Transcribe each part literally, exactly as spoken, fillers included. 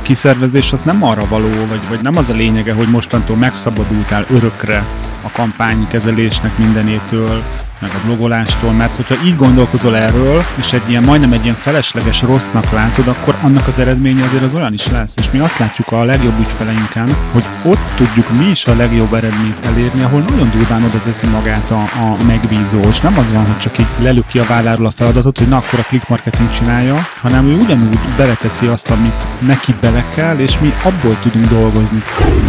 kiszervezés az nem arra való, vagy, vagy nem az a lényege, hogy mostantól megszabadultál örökre a kampánykezelésnek mindenétől, meg a blogolástól, mert hogyha így gondolkozol erről, és egy ilyen, majdnem egy ilyen felesleges rossznak látod, akkor annak az eredménye azért az olyan is lesz. És mi azt látjuk a legjobb ügyfeleinken, hogy ott tudjuk mi is a legjobb eredményt elérni, ahol nagyon durván oda teszi magát a, a megbízó. És nem az van, hogy csak így lelük ki a válláról a feladatot, hogy na akkor a click marketing csinálja, hanem ő ugyanúgy beleteszi azt, amit neki bele kell, és mi abból tudunk dolgozni.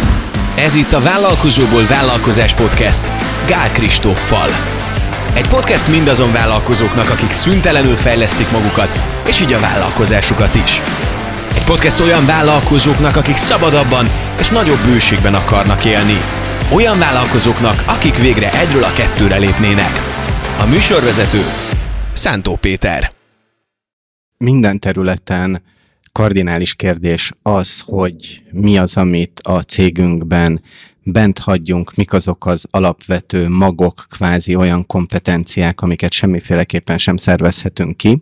Ez itt a Vállalkozóból Vállalkozás Podcast Gál Kristóffal. Egy podcast mindazon vállalkozóknak, akik szüntelenül fejlesztik magukat, és így a vállalkozásukat is. Egy podcast olyan vállalkozóknak, akik szabadabban és nagyobb bőségben akarnak élni. Olyan vállalkozóknak, akik végre egyről a kettőre lépnének. A műsorvezető Szántó Péter. Minden területen kardinális kérdés az, hogy mi az, amit a cégünkben bent hagyjunk, mik azok az alapvető magok, kvázi olyan kompetenciák, amiket semmiféleképpen sem szervezhetünk ki,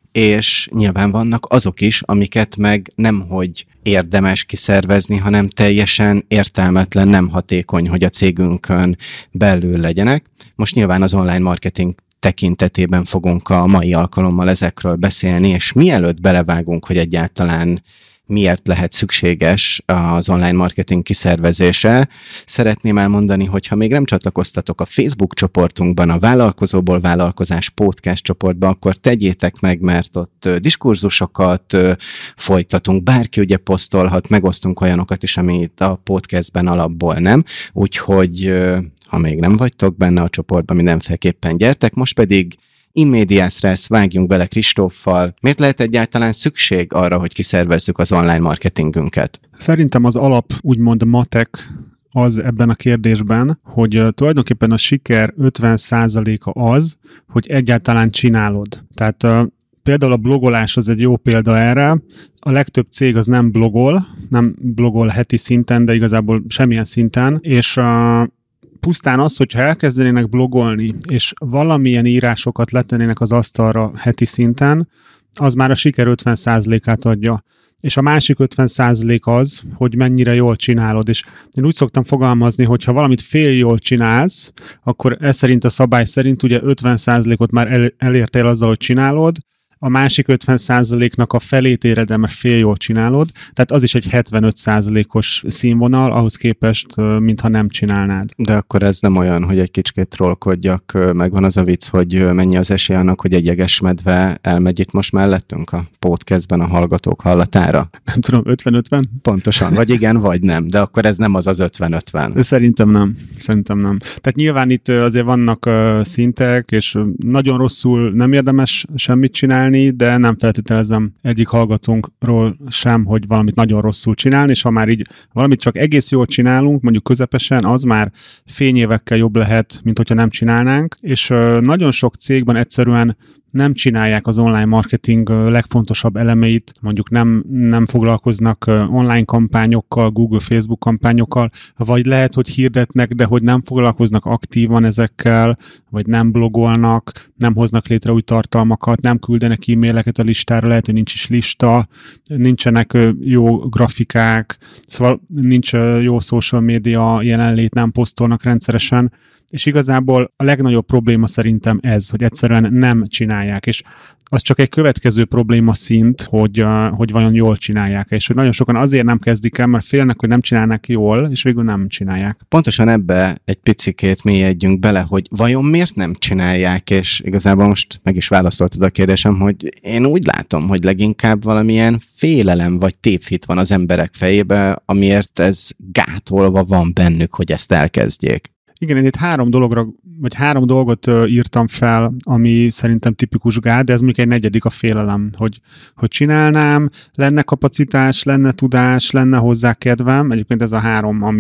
és nyilván vannak azok is, amiket meg nemhogy érdemes kiszervezni, hanem teljesen értelmetlen, nem hatékony, hogy a cégünkön belül legyenek. Most nyilván az online marketing tekintetében fogunk a mai alkalommal ezekről beszélni, és mielőtt belevágunk, hogy egyáltalán miért lehet szükséges az online marketing kiszervezése, szeretném elmondani, hogy ha még nem csatlakoztatok a Facebook csoportunkban, a Vállalkozóból Vállalkozás podcast csoportba, akkor tegyétek meg, mert ott diskurzusokat folytatunk, bárki ugye posztolhat, megosztunk olyanokat is, amit a podcastben alapból nem, úgyhogy ha még nem vagytok benne a csoportban, mindenféleképpen gyertek, most pedig in medias res, vágjunk bele Kristóffal. Miért lehet egyáltalán szükség arra, hogy kiszervezzük az online marketingünket? Szerintem az alap, úgymond matek az ebben a kérdésben, hogy uh, tulajdonképpen a siker ötven százaléka az, hogy egyáltalán csinálod. Tehát uh, például a blogolás az egy jó példa erre. A legtöbb cég az nem blogol, nem blogol heti szinten, de igazából semmilyen szinten, és uh, pusztán az, hogyha elkezdenének blogolni, és valamilyen írásokat letennének az asztalra heti szinten, az már a siker ötven százalékát adja. És a másik ötven százalék az, hogy mennyire jól csinálod. És én úgy szoktam fogalmazni, hogy ha valamit fél jól csinálsz, akkor ez szerint a szabály szerint ugye ötven százalékot már el, elértél azzal, hogy csinálod, a másik ötven százaléknak a felét éred el, mert fél jól csinálod, tehát az is egy hetvenöt százalékos színvonal, ahhoz képest, mintha nem csinálnád. De akkor ez nem olyan, hogy egy kicsit trollkodjak, megvan az a vicc, hogy mennyi az esély annak, hogy egy jegesmedve elmegy itt most mellettünk a podcastben a hallgatók hallatára? Nem tudom, ötven-ötven? Pontosan, vagy igen, vagy nem, de akkor ez nem az az ötven-ötven. De szerintem nem, szerintem nem. Tehát nyilván itt azért vannak szintek, és nagyon rosszul nem érdemes semmit csinálni, de nem feltételezem egyik hallgatónkról sem, hogy valamit nagyon rosszul csinálni, és ha már így valamit csak egész jól csinálunk, mondjuk közepesen, az már fényévekkel jobb lehet, mint hogyha nem csinálnánk, és nagyon sok cégben egyszerűen nem csinálják az online marketing legfontosabb elemeit, mondjuk nem, nem foglalkoznak online kampányokkal, Google, Facebook kampányokkal, vagy lehet, hogy hirdetnek, de hogy nem foglalkoznak aktívan ezekkel, vagy nem blogolnak, nem hoznak létre új tartalmakat, nem küldenek e-maileket a listára, lehet, hogy nincs is lista, nincsenek jó grafikák, szóval nincs jó social media jelenlét, nem posztolnak rendszeresen, és igazából a legnagyobb probléma szerintem ez, hogy egyszerűen nem csinálják, és az csak egy következő probléma szint, hogy, uh, hogy vajon jól csinálják, és hogy nagyon sokan azért nem kezdik el, mert félnek, hogy nem csinálnak jól, és végül nem csinálják. Pontosan ebbe egy picikét mélyedjünk bele, hogy vajon miért nem csinálják, és igazából most meg is válaszoltad a kérdésem, hogy én úgy látom, hogy leginkább valamilyen félelem vagy tévhit van az emberek fejébe, amiért ez gátolva van bennük, hogy ezt elkezdjék. Igen, én itt három dologra, vagy három dolgot uh, írtam fel, ami szerintem tipikus gát, de ez még egy negyedik a félelem, hogy, hogy csinálnám, lenne kapacitás, lenne tudás, lenne hozzá kedvem. Egyébként ez a három, ami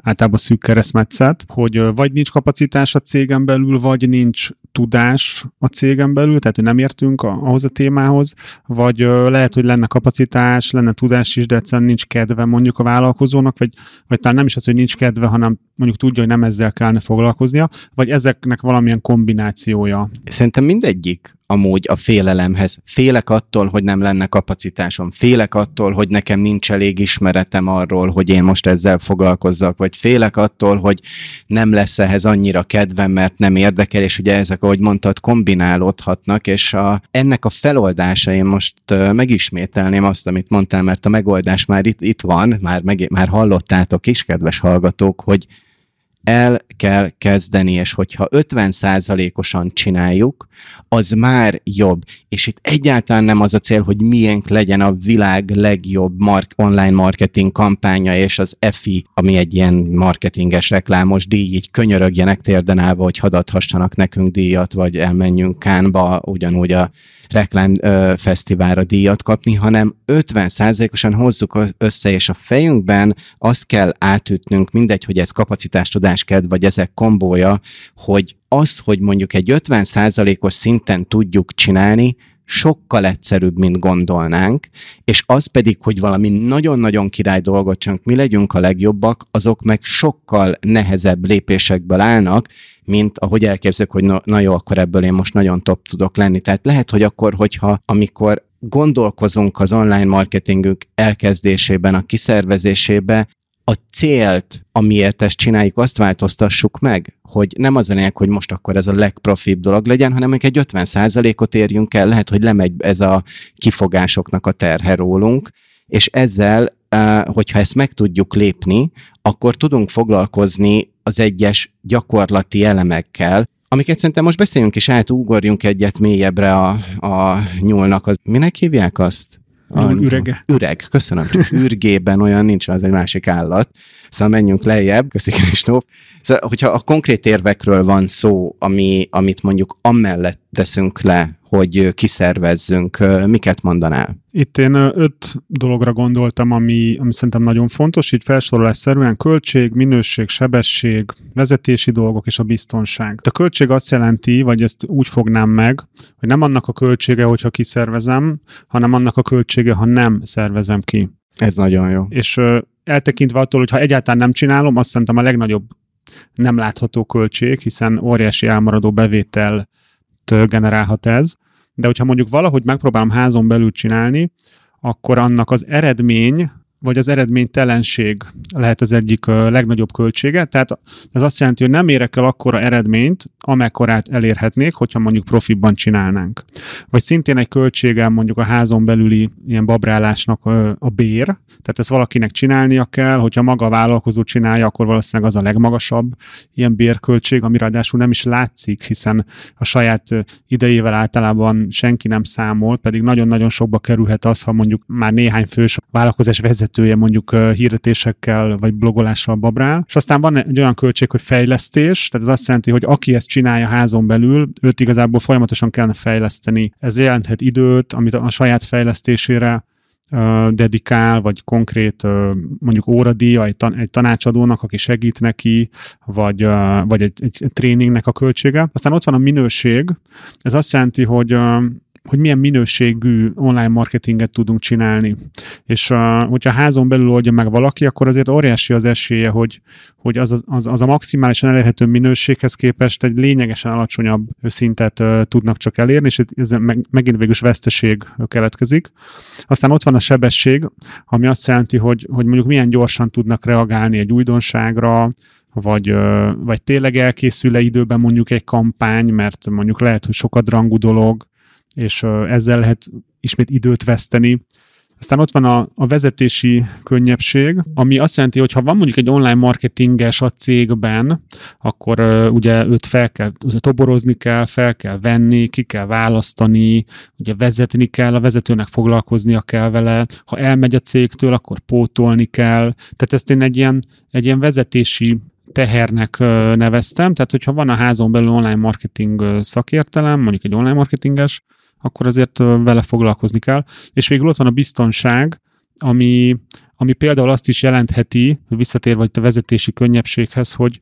általában szűk keresztmetszet, hogy vagy nincs kapacitás a cégen belül, vagy nincs tudás a cégen belül, tehát hogy nem értünk ahhoz a témához, vagy lehet, hogy lenne kapacitás, lenne tudás is, de egyszerűen nincs kedve mondjuk a vállalkozónak, vagy, vagy talán nem is az, hogy nincs kedve, hanem mondjuk tudja, hogy nem ezzel kellene foglalkoznia, vagy ezeknek valamilyen kombinációja. Szerintem mindegyik amúgy a félelemhez. Félek attól, hogy nem lenne kapacitásom. Félek attól, hogy nekem nincs elég ismeretem arról, hogy én most ezzel foglalkozzak, vagy félek attól, hogy nem lesz ehhez annyira kedvem, mert nem érdekel, és ugye ezek, ahogy mondtad, kombinálódhatnak, és a, ennek a feloldása, én most uh, megismételném azt, amit mondtál, mert a megoldás már itt, itt van, már, meg, már hallottátok is, kedves hallgatók, hogy el kell kezdeni, és hogyha ötven százalékosan csináljuk, az már jobb. És itt egyáltalán nem az a cél, hogy miénk legyen a világ legjobb mark- online marketing kampánya, és az e f i, ami egy ilyen marketinges reklámos díj, így könyörögjenek térden állva, hogy hadd nekünk díjat, vagy elmenjünk Cannes-ba, ugyanúgy a reklámfesztiválra díjat kapni, hanem ötven százalékosan hozzuk össze, és a fejünkben azt kell átütnünk, mindegy, hogy ez kapacitás, tudás, kedv, vagy ezek kombója, hogy az, hogy mondjuk egy ötven százalékos szinten tudjuk csinálni, sokkal egyszerűbb, mint gondolnánk, és az pedig, hogy valami nagyon-nagyon király dolgot csak mi legyünk a legjobbak, azok meg sokkal nehezebb lépésekből állnak, mint ahogy elképzeljük, hogy na, na jó, akkor ebből én most nagyon top tudok lenni. Tehát lehet, hogy akkor, hogyha amikor gondolkozunk az online marketingünk elkezdésében, a kiszervezésébe, a célt, amiért ezt csináljuk, azt változtassuk meg, hogy nem az a lényeg, hogy most akkor ez a legprofibb dolog legyen, hanem hogy egy ötven százalékot érjünk el, lehet, hogy lemegy ez a kifogásoknak a terhe rólunk, és ezzel, hogyha ezt meg tudjuk lépni, akkor tudunk foglalkozni az egyes gyakorlati elemekkel, amiket szerintem most beszéljünk is át, ugorjunk egyet mélyebbre a, a nyúlnak. Az, minek hívják azt? A ürege. Üreg, köszönöm. Csak ürgében olyan nincs, az egy másik állat. Szóval menjünk lejjebb, köszi Kristóf. Szóval, hogyha a konkrét érvekről van szó, ami, amit mondjuk amellett teszünk le, hogy kiszervezzünk, miket mondanál? Itt én öt dologra gondoltam, ami, ami szerintem nagyon fontos, így felsorolásszerűen költség, minőség, sebesség, vezetési dolgok és a biztonság. A költség azt jelenti, vagy ezt úgy fognám meg, hogy nem annak a költsége, hogyha kiszervezem, hanem annak a költsége, ha nem szervezem ki. Ez nagyon jó. És ö, eltekintve attól, hogy ha egyáltalán nem csinálom, azt szerintem a legnagyobb nem látható költség, hiszen óriási elmaradó bevételt generálhat ez. De hogyha mondjuk valahogy megpróbálom házon belül csinálni, akkor annak az eredmény, vagy az eredménytelenség lehet az egyik legnagyobb költsége. Tehát ez azt jelenti, hogy nem érek el akkora eredményt, amekkorát elérhetnék, hogyha mondjuk profibban csinálnánk. Vagy szintén egy költsége mondjuk a házon belüli ilyen babrálásnak a bér, tehát ezt valakinek csinálnia kell, hogyha maga a vállalkozó csinálja, akkor valószínűleg az a legmagasabb ilyen bérköltség, ami ráadásul nem is látszik, hiszen a saját idejével általában senki nem számol, pedig nagyon-nagyon sokba kerülhet az, ha mondjuk már néhány fős vállalkozás vezetője mondjuk hirdetésekkel vagy blogolással babrál. És aztán van egy olyan költség, hogy fejlesztés, tehát ez azt jelenti, hogy aki ezt csinálja házon belül, őt igazából folyamatosan kellene fejleszteni. Ez jelenthet időt, amit a saját fejlesztésére uh, dedikál, vagy konkrét uh, mondjuk óradíja egy, tan- egy tanácsadónak, aki segít neki, vagy, uh, vagy egy, egy tréningnek a költsége. Aztán ott van a minőség. Ez azt jelenti, hogy uh, hogy milyen minőségű online marketinget tudunk csinálni. És uh, hogyha házon belül oldja meg valaki, akkor azért óriási az esélye, hogy, hogy az, az, az a maximálisan elérhető minőséghez képest egy lényegesen alacsonyabb szintet uh, tudnak csak elérni, és ez meg, megint végülis veszteség keletkezik. Aztán ott van a sebesség, ami azt jelenti, hogy, hogy mondjuk milyen gyorsan tudnak reagálni egy újdonságra, vagy, vagy tényleg elkészül-e időben mondjuk egy kampány, mert mondjuk lehet, hogy sokadrangú dolog, és ezzel lehet ismét időt veszteni. Aztán ott van a, a vezetési könnyebbség, ami azt jelenti, hogy ha van mondjuk egy online marketinges a cégben, akkor uh, ugye őt fel kell, toborozni kell, fel kell venni, ki kell választani, ugye vezetni kell, a vezetőnek foglalkoznia kell vele, ha elmegy a cégtől, akkor pótolni kell. Tehát ezt én egy ilyen, egy ilyen vezetési tehernek uh, neveztem, tehát hogyha van a házon belül online marketing uh, szakértelem, mondjuk egy online marketinges, akkor azért vele foglalkozni kell. És végül ott van a biztonság, ami, ami például azt is jelentheti, hogy visszatérve a vezetési könnyebbséghez, hogy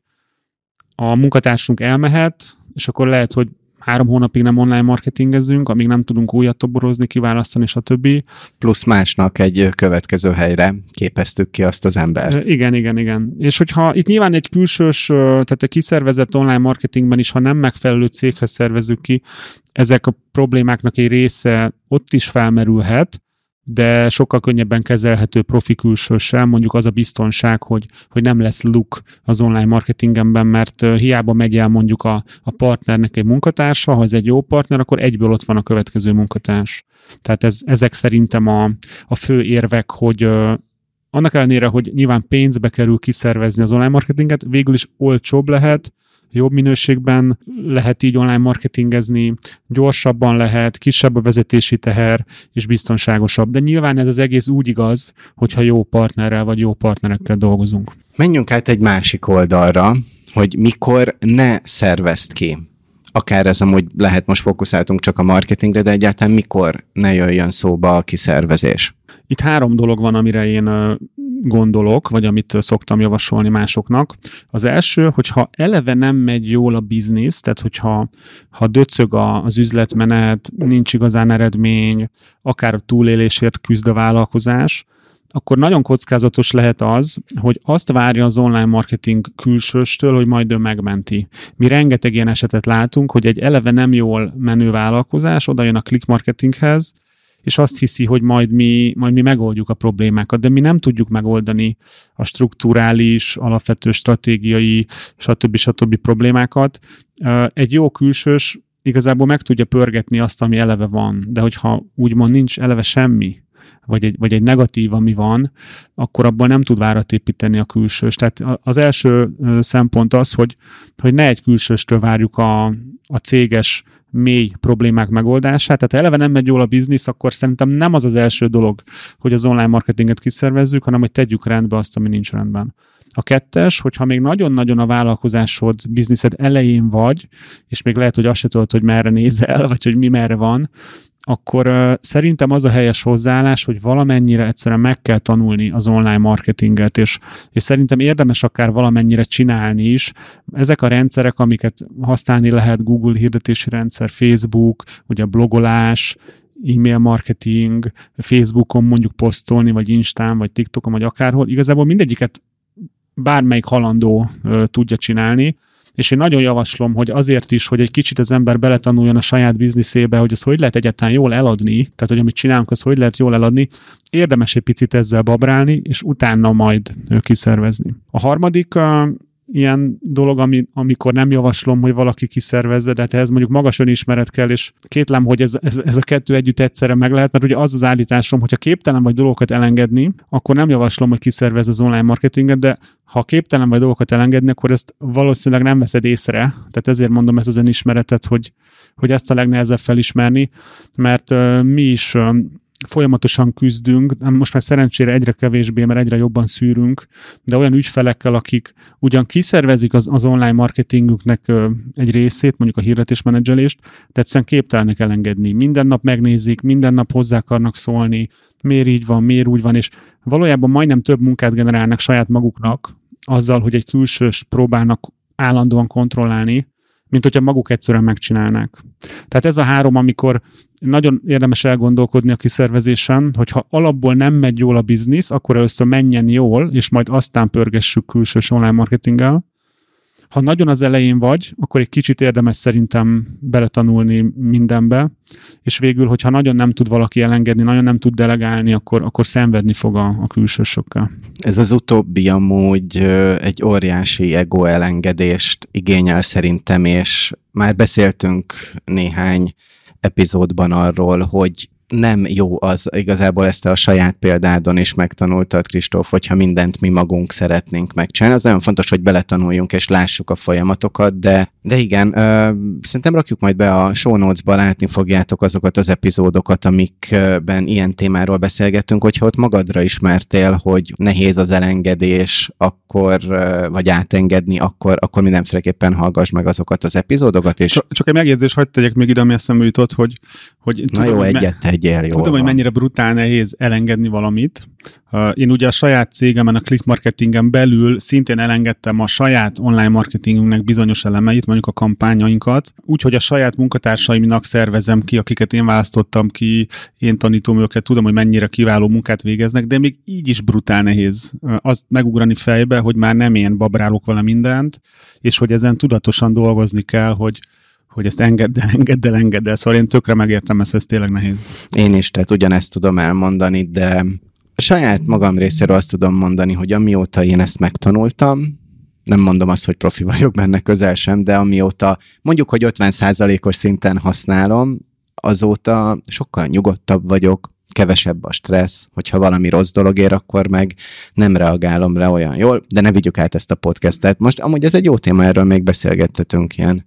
a munkatársunk elmehet, és akkor lehet, hogy három hónapig nem online marketingezzünk, amíg nem tudunk újat toborozni, kiválasztani, stb. Plusz másnak egy következő helyre képeztük ki azt az embert. Igen, igen, igen. És hogyha itt nyilván egy külsős, tehát egy kiszervezett online marketingben is, ha nem megfelelő céghez szervezzük ki, ezek a problémáknak egy része ott is felmerülhet, de sokkal könnyebben kezelhető profi külsőssel, mondjuk az a biztonság, hogy, hogy nem lesz luk az online marketingemben, mert hiába megy el mondjuk a, a partnernek egy munkatársa, ha ez egy jó partner, akkor egyből ott van a következő munkatárs. Tehát ez, ezek szerintem a, a fő érvek, hogy uh, annak ellenére, hogy nyilván pénzbe kerül kiszervezni az online marketinget, végül is olcsóbb lehet, jobb minőségben lehet így online marketingezni, gyorsabban lehet, kisebb a vezetési teher, és biztonságosabb. De nyilván ez az egész úgy igaz, hogyha jó partnerrel vagy jó partnerekkel dolgozunk. Menjünk át egy másik oldalra, hogy mikor ne szervezd ki. Akár ez amúgy lehet, most fókuszáltunk csak a marketingre, de egyáltalán mikor ne jöjjön szóba a kiszervezés? Itt három dolog van, amire én gondolok, vagy amit szoktam javasolni másoknak. Az első, hogyha eleve nem megy jól a biznisz, tehát hogyha ha döcög az üzletmenet, nincs igazán eredmény, akár a túlélésért küzd a vállalkozás, akkor nagyon kockázatos lehet az, hogy azt várja az online marketing külsőstől, hogy majd ő megmenti. Mi rengeteg ilyen esetet látunk, hogy egy eleve nem jól menő vállalkozás oda jön a click marketinghez, és azt hiszi, hogy majd mi, majd mi megoldjuk a problémákat, de mi nem tudjuk megoldani a strukturális, alapvető stratégiai, stb. stb. Problémákat. Egy jó külsős igazából meg tudja pörgetni azt, ami eleve van, de hogyha úgymond nincs eleve semmi, vagy egy, vagy egy negatív, ami van, akkor abból nem tud várat építeni a külsős. Tehát az első szempont az, hogy, hogy ne egy külsőstől várjuk a, a céges mély problémák megoldását. Tehát ha eleve nem megy jól a biznisz, akkor szerintem nem az az első dolog, hogy az online marketinget kiszervezzük, hanem hogy tegyük rendbe azt, ami nincs rendben. A kettes, hogyha még nagyon-nagyon a vállalkozásod, bizniszed elején vagy, és még lehet, hogy azt se tudod, hogy merre nézel, vagy hogy mi merre van, akkor uh, szerintem az a helyes hozzáállás, hogy valamennyire egyszerűen meg kell tanulni az online marketinget, és, és szerintem érdemes akár valamennyire csinálni is. Ezek a rendszerek, amiket használni lehet, Google hirdetési rendszer, Facebook, ugye blogolás, e-mail marketing, Facebookon mondjuk posztolni, vagy Instán, vagy TikTokon, vagy akárhol, igazából mindegyiket bármelyik halandó uh, tudja csinálni, és én nagyon javaslom, hogy azért is, hogy egy kicsit az ember beletanuljon a saját bizniszébe, hogy az hogy lehet egyáltalán jól eladni, tehát hogy amit csinálunk, az hogy lehet jól eladni, érdemes egy picit ezzel babrálni, és utána majd kiszervezni. A harmadik uh, ilyen dolog, ami, amikor nem javaslom, hogy valaki kiszervezze, de hát ehhez mondjuk magas önismeret kell, és kétlem, hogy ez, ez, ez a kettő együtt egyszerre meg lehet, mert ugye az az állításom, hogyha képtelen vagy dolgokat elengedni, akkor nem javaslom, hogy kiszervezz az online marketinget, de ha képtelen vagy dolgokat elengedni, akkor ezt valószínűleg nem veszed észre. Tehát ezért mondom ezt az önismeretet, hogy, hogy ezt a legnehezebb felismerni, mert uh, mi is uh, folyamatosan küzdünk, most már szerencsére egyre kevésbé, mert egyre jobban szűrünk, de olyan ügyfelekkel, akik ugyan kiszervezik az, az online marketingüknek uh, egy részét, mondjuk a hirdetésmenedzselést, de egyszerűen képtelenek elengedni. Minden nap megnézik, minden nap hozzá akarnak szólni, miért így van, miért úgy van, és valójában majdnem több munkát generálnak saját maguknak azzal, hogy egy külsőst próbálnak állandóan kontrollálni, mint hogyha maguk egyszerűen megcsinálnák. Tehát ez a három, amikor nagyon érdemes elgondolkodni a kiszervezésen, hogyha alapból nem megy jól a biznisz, akkor először menjen jól, és majd aztán pörgessük külsős online marketinggel. Ha nagyon az elején vagy, akkor egy kicsit érdemes szerintem beletanulni mindenbe, és végül, hogyha nagyon nem tud valaki elengedni, nagyon nem tud delegálni, akkor, akkor szenvedni fog a, a külsősökkel. Ez az utóbbi amúgy egy óriási ego elengedést igényel szerintem, és már beszéltünk néhány epizódban arról, hogy nem jó az, igazából ezt a saját példádon is megtanultad, Kristóf, hogyha mindent mi magunk szeretnénk megcsinálni. Az nagyon fontos, hogy beletanuljunk és lássuk a folyamatokat, de, de igen, ö, szerintem rakjuk majd be a show notes-ba, látni fogjátok azokat az epizódokat, amikben ilyen témáról beszélgettünk, hogyha ott magadra ismertél, hogy nehéz az elengedés, akkor, vagy átengedni, akkor, akkor mindenféleképpen hallgass meg azokat az epizódokat. És... Csak, csak egy megjegyzés, hagyd tegyek még ide, ami eszembe jutott, hogy... hogy Na tudom, jó, hogy egyet me- egy. legyél jól. Tudom, hogy mennyire brutál nehéz elengedni valamit. Én ugye a saját cégemen, a click marketingen belül szintén elengedtem a saját online marketingünknek bizonyos elemeit, mondjuk a kampányainkat, úgyhogy a saját munkatársaimnak szervezem ki, akiket én választottam ki, én tanítom őket, tudom, hogy mennyire kiváló munkát végeznek, de még így is brutál nehéz azt megugrani fejbe, hogy már nem én babrálok vele mindent, és hogy ezen tudatosan dolgozni kell, hogy hogy ezt engedd el, engedd el, engedd el. Szóval én tökre megértem ezt, ez tényleg nehéz. Én is, tehát ugyanezt tudom elmondani, de a saját magam részéről azt tudom mondani, hogy amióta én ezt megtanultam, nem mondom azt, hogy profi vagyok benne, közel sem, de amióta mondjuk, hogy ötven százalékos szinten használom, azóta sokkal nyugodtabb vagyok, kevesebb a stressz, hogyha valami rossz dolog ér, akkor meg nem reagálom le olyan jól, de ne vigyük át ezt a podcastet. Most amúgy ez egy jó téma, erről még beszélgettetünk ilyen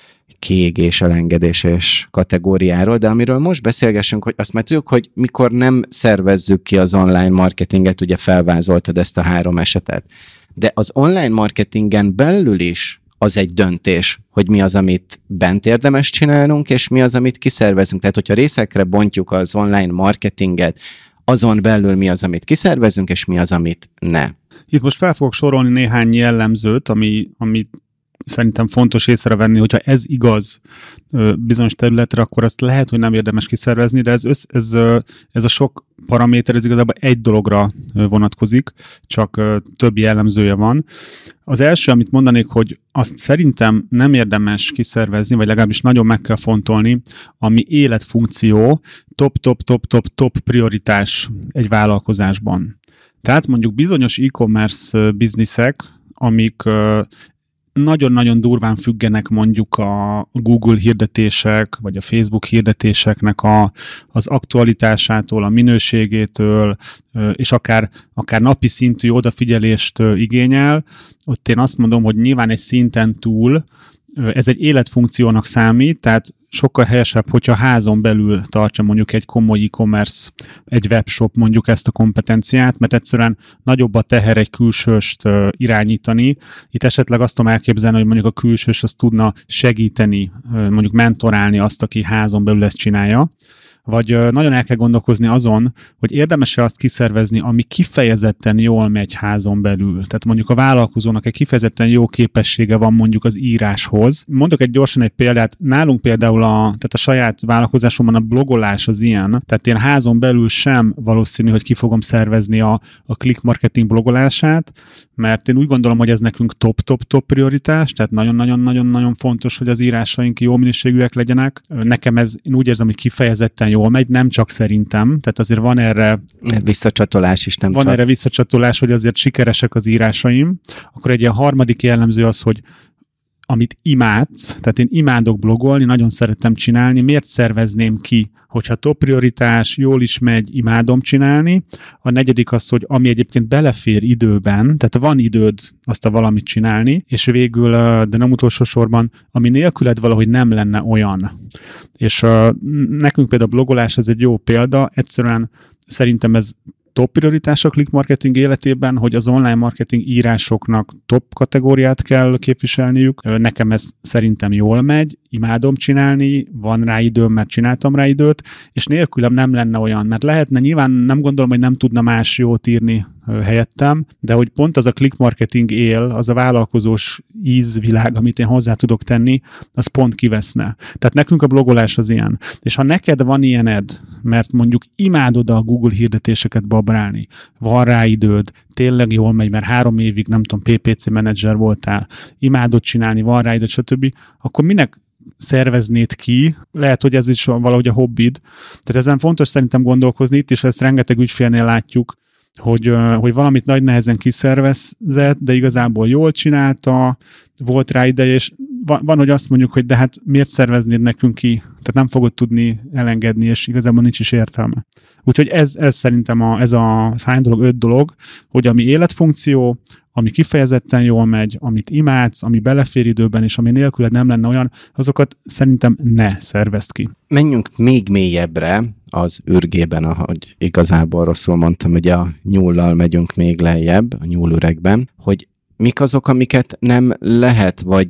kiégés, elengedés és kategóriáról, de amiről most beszélgessünk, hogy azt már tudjuk, hogy mikor nem szervezzük ki az online marketinget, ugye felvázoltad ezt a három esetet, de az online marketingen belül is az egy döntés, hogy mi az, amit bent érdemes csinálnunk, és mi az, amit kiszervezünk. Tehát, hogyha részekre bontjuk az online marketinget, azon belül mi az, amit kiszervezünk, és mi az, amit ne. Itt most fel fogok sorolni néhány jellemzőt, ami, ami szerintem fontos észrevenni, hogyha ez igaz bizonyos területre, akkor azt lehet, hogy nem érdemes kiszervezni, de ez, össz, ez, ez a sok paraméter, ez igazából egy dologra vonatkozik, csak több jellemzője van. Az első, amit mondanék, hogy azt szerintem nem érdemes kiszervezni, vagy legalábbis nagyon meg kell fontolni, ami életfunkció, top-top-top-top-top prioritás egy vállalkozásban. Tehát mondjuk bizonyos e-commerce bizniszek, amik nagyon-nagyon durván függenek mondjuk a Google hirdetések, vagy a Facebook hirdetéseknek a, az aktualitásától, a minőségétől, és akár, akár napi szintű odafigyelést igényel. Ott én azt mondom, hogy nyilván egy szinten túl ez egy életfunkciónak számít, tehát sokkal helyesebb, hogyha házon belül tartsa mondjuk egy komoly e-commerce, egy webshop mondjuk ezt a kompetenciát, mert egyszerűen nagyobb a teher egy külsőst irányítani. Itt esetleg azt tudom elképzelni, hogy mondjuk a külsős azt tudna segíteni, mondjuk mentorálni azt, aki házon belül ezt csinálja. Vagy nagyon el kell gondolkozni azon, hogy érdemes-e azt kiszervezni, ami kifejezetten jól megy házon belül. Tehát mondjuk a vállalkozónak egy kifejezetten jó képessége van mondjuk az íráshoz. Mondok egy gyorsan egy példát. Nálunk például a, tehát a saját vállalkozásomban a blogolás az ilyen. Tehát én házon belül sem valószínű, hogy ki fogom szervezni a, a click marketing blogolását, mert én úgy gondolom, hogy ez nekünk top-top-top prioritás, tehát nagyon-nagyon-nagyon-nagyon fontos, hogy az írásaink jó minőségűek legyenek. Nekem ez, én úgy érzem, hogy kifejezetten jól megy, nem csak szerintem, tehát azért van erre visszacsatolás is, nem van csak. erre visszacsatolás, hogy azért sikeresek az írásaim. Akkor egy ilyen harmadik jellemző az, hogy amit imádsz, tehát én imádok blogolni, nagyon szeretem csinálni, miért szervezném ki, hogyha top prioritás, jól is megy, imádom csinálni. A negyedik az, hogy ami egyébként belefér időben, tehát van időd azt a valamit csinálni, és végül, de nem utolsó sorban, ami nélküled valahogy nem lenne olyan. És nekünk például a blogolás ez egy jó példa, egyszerűen szerintem ez top prioritás a click marketing életében, hogy az online marketing írásoknak top kategóriát kell képviselniük. Nekem ez szerintem jól megy, imádom csinálni, van rá időm, mert csináltam rá időt, és nélkülem nem lenne olyan, mert lehetne, nyilván nem gondolom, hogy nem tudna más jót írni helyettem, de hogy pont az a click marketing él, az a vállalkozós ízvilág, amit én hozzá tudok tenni, az pont kiveszne. Tehát nekünk a blogolás az ilyen. És ha neked van ilyened, mert mondjuk imádod a Google hirdetéseket babrálni, van rá időd, tényleg jól megy, mert három évig, nem tudom, pé pé cé menedzser voltál, imádod csinálni, van rá időd, stb., akkor minek szerveznéd ki, lehet, hogy ez is valahogy a hobbid. Tehát ezen fontos szerintem gondolkozni, itt is ezt rengeteg ügyfélnél látjuk, hogy, hogy valamit nagy nehezen kiszervezett, de igazából jól csinálta, volt rá ideje, és van, van, hogy azt mondjuk, hogy de hát miért szerveznéd nekünk ki, tehát nem fogod tudni elengedni, és igazából nincs is értelme. Úgyhogy ez, ez szerintem a, ez a hány dolog, öt dolog, hogy ami életfunkció, ami kifejezetten jól megy, amit imádsz, ami belefér időben, és ami nélküled nem lenne olyan, azokat szerintem ne szervezd ki. Menjünk még mélyebbre az ürgében, ahogy igazából rosszul mondtam, hogy a nyúllal megyünk még lejjebb, a nyúlüregben, hogy mik azok, amiket nem lehet, vagy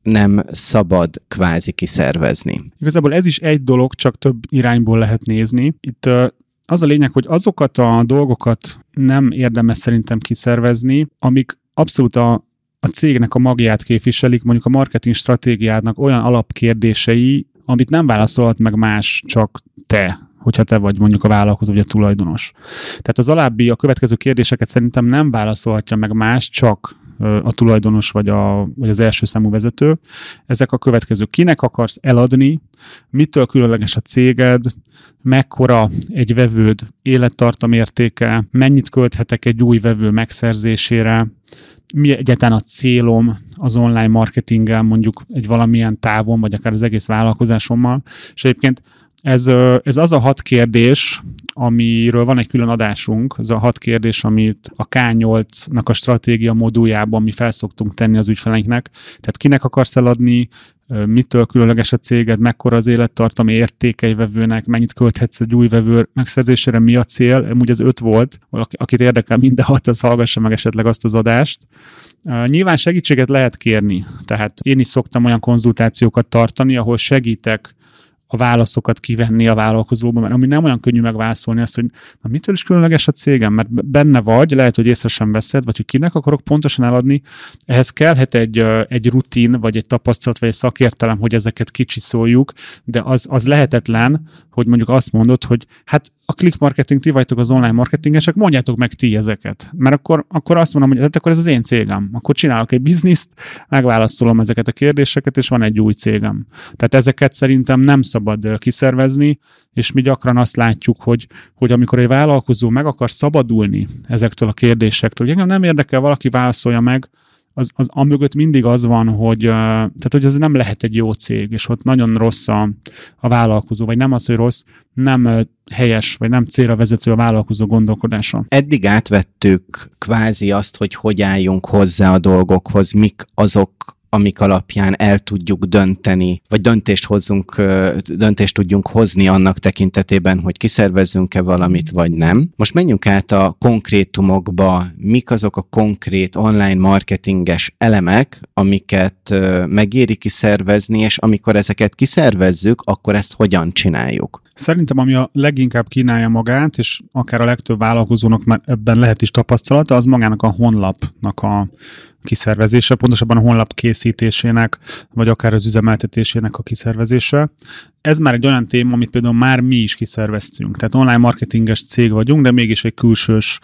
nem szabad kvázi kiszervezni. Igazából ez is egy dolog, csak több irányból lehet nézni. Itt az a lényeg, hogy azokat a dolgokat nem érdemes szerintem kiszervezni, amik abszolút a, a cégnek a magját képviselik, mondjuk a marketing stratégiádnak olyan alapkérdései, amit nem válaszolhat meg más, csak te, hogyha te vagy mondjuk a vállalkozó, vagy a tulajdonos. Tehát az alábbi, a következő kérdéseket szerintem nem válaszolhatja meg más, csak a tulajdonos vagy, a, vagy az első számú vezető. Ezek a következő. Kinek akarsz eladni, mitől különleges a céged, mekkora egy vevőd élettartamértéke, mennyit költhetek egy új vevő megszerzésére, mi egyáltalán a célom az online marketinggel, mondjuk egy valamilyen távon, vagy akár az egész vállalkozásommal. És egyébként ez, ez az a hat kérdés, amiről van egy külön adásunk, ez a hat kérdés, amit a ká nyolcnak a stratégia moduljában mi felszoktunk tenni az ügyfeleinknek. Tehát kinek akarsz eladni, mitől különleges a céged, mekkora az élettartami értéke egy vevőnek, mennyit költhetsz egy új vevő megszerzésére, mi a cél, amúgy ez öt volt, akit érdekel minden hat, az hallgassa meg esetleg azt az adást. Nyilván segítséget lehet kérni, tehát én is szoktam olyan konzultációkat tartani, ahol segítek a válaszokat kivenni a vállalkozóban, mert ami nem olyan könnyű megválaszolni azt, hogy na, mitől is különleges a cégem, mert benne vagy, lehet, hogy észre sem veszed, vagy hogy kinek akarok pontosan eladni, ehhez kellhet egy, egy rutin, vagy egy tapasztalat, vagy egy szakértelem, hogy ezeket kicsiszoljuk, de az, az lehetetlen, hogy mondjuk azt mondod, hogy hát a click marketing, ti vagytok az online marketingesek, mondjátok meg ti ezeket. Mert akkor, akkor azt mondom, hogy hát akkor ez az én cégem. Akkor csinálok egy bizniszt, megválaszolom ezeket a kérdéseket, és van egy új cégem. Tehát ezeket szerintem nem szabad kiszervezni, és mi gyakran azt látjuk, hogy, hogy amikor egy vállalkozó meg akar szabadulni ezektől a kérdésektől, hogy engem nem érdekel, valaki válaszolja meg, az, az amögött mindig az van, hogy, tehát, hogy ez nem lehet egy jó cég, és ott nagyon rossz a, a vállalkozó, vagy nem az, hogy rossz, nem helyes, vagy nem célra vezető a vállalkozó gondolkodása. Eddig átvettük kvázi azt, hogy hogy álljunk hozzá a dolgokhoz, mik azok, amik alapján el tudjuk dönteni, vagy döntést hozzunk, döntést tudjunk hozni annak tekintetében, hogy kiszervezzünk-e valamit, vagy nem. Most menjünk át a konkrétumokba, mik azok a konkrét online marketinges elemek, amiket megéri kiszervezni, és amikor ezeket kiszervezzük, akkor ezt hogyan csináljuk? Szerintem, ami a leginkább kínálja magát, és akár a legtöbb vállalkozónak már ebben lehet is tapasztalata, az magának a honlapnak a kiszervezése, pontosabban a honlap készítésének, vagy akár az üzemeltetésének a kiszervezése. Ez már egy olyan téma, amit például már mi is kiszerveztünk. Tehát online marketinges cég vagyunk, de mégis egy külsős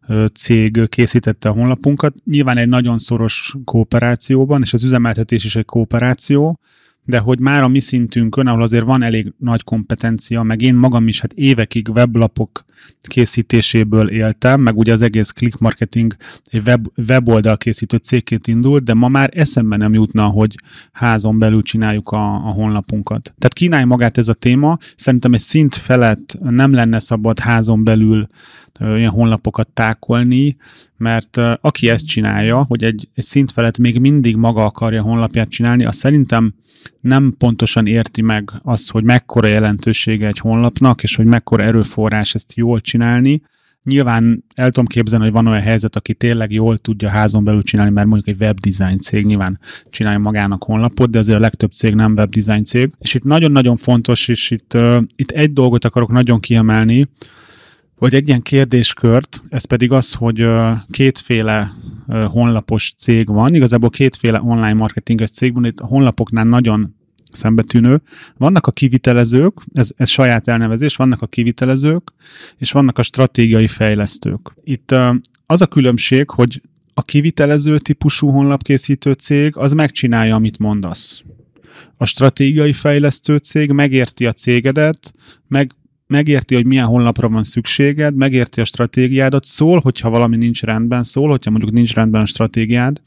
cég készítette a honlapunkat. Nyilván egy nagyon szoros kooperációban, és az üzemeltetés is egy kooperáció, de hogy már a mi szintünkön, ahol azért van elég nagy kompetencia, meg én magam is hát évekig weblapok készítéséből éltem, meg ugye az egész click marketing egy web, weboldal készítő cégként indult, de ma már eszembe nem jutna, hogy házon belül csináljuk a, a honlapunkat. Tehát kínálja magát ez a téma, szerintem egy szint felett nem lenne szabad házon belül ilyen honlapokat tákolni, mert aki ezt csinálja, hogy egy, egy szint felett még mindig maga akarja honlapját csinálni, az szerintem nem pontosan érti meg azt, hogy mekkora jelentősége egy honlapnak, és hogy mekkora erőforrás ezt jól csinálni. Nyilván el tudom képzelni, hogy van olyan helyzet, aki tényleg jól tudja házon belül csinálni, mert mondjuk egy webdesign cég nyilván csinálja magának honlapot, de azért a legtöbb cég nem webdesign cég. És itt nagyon-nagyon fontos, és itt, uh, itt egy dolgot akarok nagyon kiemelni, vagy egy ilyen kérdéskört, ez pedig az, hogy kétféle honlapos cég van, igazából kétféle online marketinges cég van, itt a honlapoknál nagyon szembetűnő. Vannak a kivitelezők, ez, ez saját elnevezés, vannak a kivitelezők, és vannak a stratégiai fejlesztők. Itt az a különbség, hogy a kivitelező típusú honlapkészítő cég, az megcsinálja, amit mondasz. A stratégiai fejlesztő cég megérti a cégedet, meg megérti, hogy milyen honlapra van szükséged, megérti a stratégiádat, szól, hogyha valami nincs rendben, szól, hogyha mondjuk nincs rendben a stratégiád,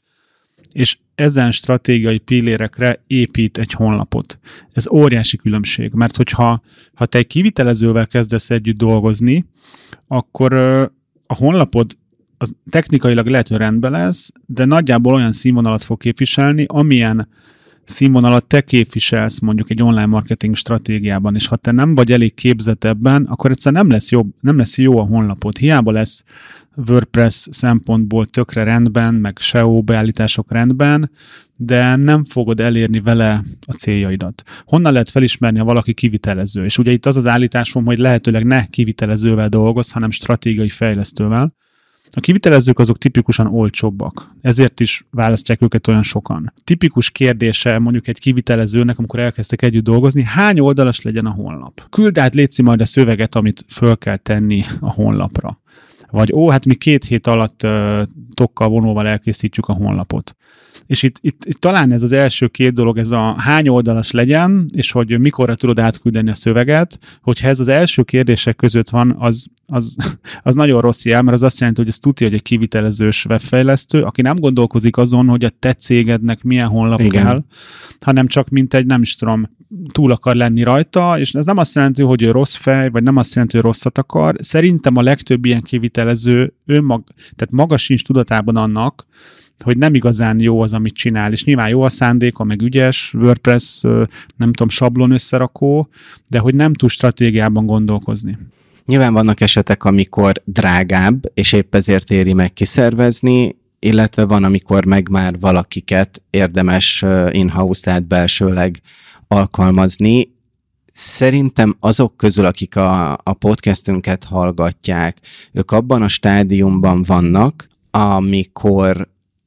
és ezen stratégiai pillérekre épít egy honlapot. Ez óriási különbség, mert hogyha ha te egy kivitelezővel kezdesz együtt dolgozni, akkor a honlapod az technikailag lehet, hogy rendben lesz, de nagyjából olyan színvonalat fog képviselni, amilyen színvonalat te képviselsz mondjuk egy online marketing stratégiában, és ha te nem vagy elég képzett ebben, akkor egyszerűen nem lesz, jobb, nem lesz jó a honlapod. Hiába lesz WordPress szempontból tökre rendben, meg es e o beállítások rendben, de nem fogod elérni vele a céljaidat. Honnan lehet felismerni, ha valaki kivitelező? És ugye itt az az állításom, hogy lehetőleg ne kivitelezővel dolgoz, hanem stratégiai fejlesztővel. A kivitelezők azok tipikusan olcsóbbak, ezért is választják őket olyan sokan. Tipikus kérdése mondjuk egy kivitelezőnek, amikor elkezdtek együtt dolgozni, hány oldalas legyen a honlap? Küld át létszi majd a szöveget, amit föl kell tenni a honlapra. Vagy ó, hát mi két hét alatt uh, tokkal, vonóval elkészítjük a honlapot. És itt, itt, itt talán ez az első két dolog, ez a hány oldalas legyen, és hogy mikorra tudod átküldeni a szöveget, hogyha ez az első kérdések között van, az, az, az nagyon rossz jel, mert az azt jelenti, hogy ez tudja, hogy egy kivitelezős webfejlesztő, aki nem gondolkozik azon, hogy a te cégednek milyen honlap Igen. kell, hanem csak mint egy, nem is tudom, túl akar lenni rajta, és ez nem azt jelenti, hogy ő rossz fej, vagy nem azt jelenti, hogy rosszat akar. Szerintem a legtöbb ilyen kivitelező önmag, tehát maga sincs tudatában annak, hogy nem igazán jó az, amit csinál, és nyilván jó a szándéka, meg ügyes, WordPress, nem tudom, sablon összerakó, de hogy nem tud stratégiában gondolkozni. Nyilván vannak esetek, amikor drágább, és épp ezért éri meg kiszervezni, illetve van, amikor meg már valakiket érdemes in-house, tehát belsőleg alkalmazni. Szerintem azok közül, akik a, a podcastünket hallgatják, ők abban a stádiumban vannak, amikor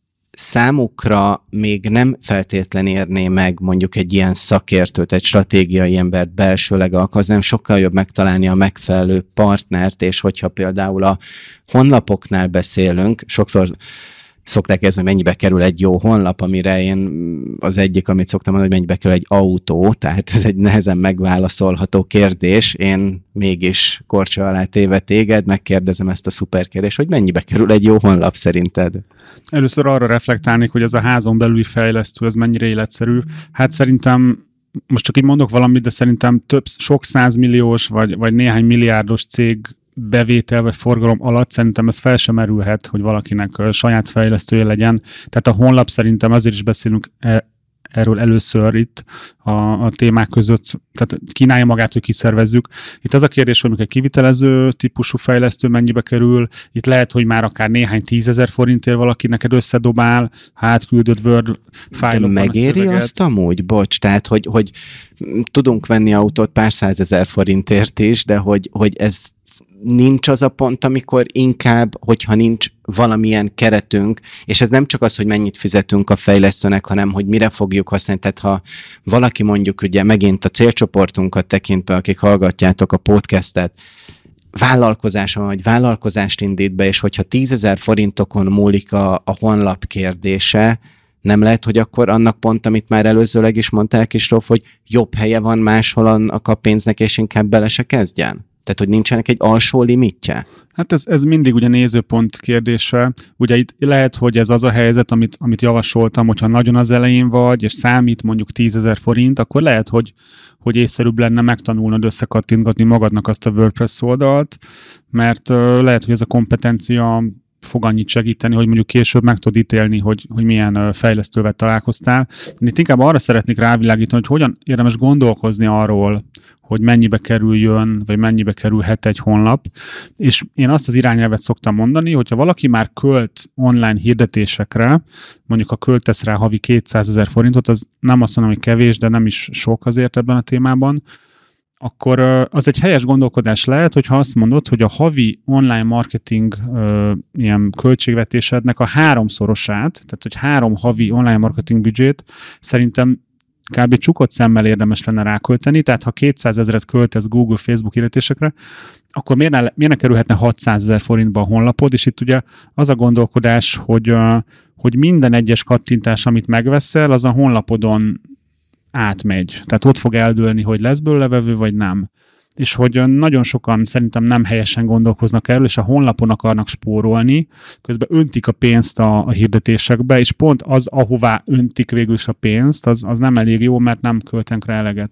számukra még nem feltétlen érné meg mondjuk egy ilyen szakértőt, egy stratégiai embert belsőleg alkalmazni, nem sokkal jobb megtalálni a megfelelő partnert, és hogyha például a honlapoknál beszélünk, sokszor szokták ezt, hogy mennyibe kerül egy jó honlap, amire én az egyik, amit szoktam mondani, hogy mennyibe kerül egy autó, tehát ez egy nehezen megválaszolható kérdés. Én mégis korcsa alá téve téged, megkérdezem ezt a szuper kérdést, hogy mennyibe kerül egy jó honlap szerinted? Először arra reflektálnék, hogy ez a házon belüli fejlesztő, ez mennyire életszerű. Hát szerintem, most csak így mondok valamit, de szerintem több, sok százmilliós vagy, vagy néhány milliárdos cég bevétel vagy forgalom alatt szerintem ez fel sem merülhet, hogy valakinek saját fejlesztője legyen. Tehát a honlap szerintem azért is beszélünk e- erről először itt a, a témák között, tehát kínálja magát, hogy kiszervezzük. Itt az a kérdés, hogy egy kivitelező típusú fejlesztő mennyibe kerül, itt lehet, hogy már akár néhány tízezer forintért valaki neked összedobál, átküldött Word fájlokban megéri azt amúgy? Bocs, tehát, hogy, hogy tudunk venni autót pár százezer forintért is, de hogy, hogy ez nincs az a pont, amikor inkább, hogyha nincs valamilyen keretünk, és ez nem csak az, hogy mennyit fizetünk a fejlesztőnek, hanem hogy mire fogjuk használni. Tehát ha valaki mondjuk ugye megint a célcsoportunkat tekintve, akik hallgatjátok a podcastet, vállalkozása vagy vállalkozást indít be, és hogyha tízezer forintokon múlik a, a honlap kérdése, nem lehet, hogy akkor annak pont, amit már előzőleg is mondtál, Kristóf, hogy jobb helye van máshol annak a pénznek, és inkább bele se kezdjen? Tehát, hogy nincsenek egy alsó limitje? Hát ez, ez mindig ugye nézőpont kérdése. Ugye itt lehet, hogy ez az a helyzet, amit, amit javasoltam, hogyha nagyon az elején vagy, és számít mondjuk tízezer forint, akkor lehet, hogy, hogy észszerűbb lenne megtanulnod összekattintgatni magadnak azt a WordPress oldalt, mert uh, lehet, hogy ez a kompetencia fog annyit segíteni, hogy mondjuk később meg tudod ítélni, hogy, hogy milyen fejlesztővel találkoztál. Itt inkább arra szeretnék rávilágítani, hogy hogyan érdemes gondolkozni arról, hogy mennyibe kerüljön, vagy mennyibe kerülhet egy honlap. És én azt az irányelvet szoktam mondani, hogyha valaki már költ online hirdetésekre, mondjuk ha költesz rá havi kétszázezer forintot, az nem azt mondom, hogy kevés, de nem is sok azért ebben a témában, akkor az egy helyes gondolkodás lehet, hogyha azt mondod, hogy a havi online marketing ö, ilyen költségvetésednek a háromszorosát, tehát hogy három havi online marketing büdzsét szerintem kb. Csukott szemmel érdemes lenne rákölteni, tehát ha kétszázezret költesz Google, Facebook hirdetésekre, akkor miért ne, miért ne kerülhetne hatszázezer forintba a honlapod, és itt ugye az a gondolkodás, hogy, uh, hogy minden egyes kattintás, amit megveszel, az a honlapodon átmegy. Tehát ott fog eldőlni, hogy lesz belőle vevő, vagy nem. És hogy nagyon sokan szerintem nem helyesen gondolkoznak erről, és a honlapon akarnak spórolni, közben öntik a pénzt a, a hirdetésekbe, és pont az, ahová öntik végül is a pénzt, az, az nem elég jó, mert nem költenek rá eleget.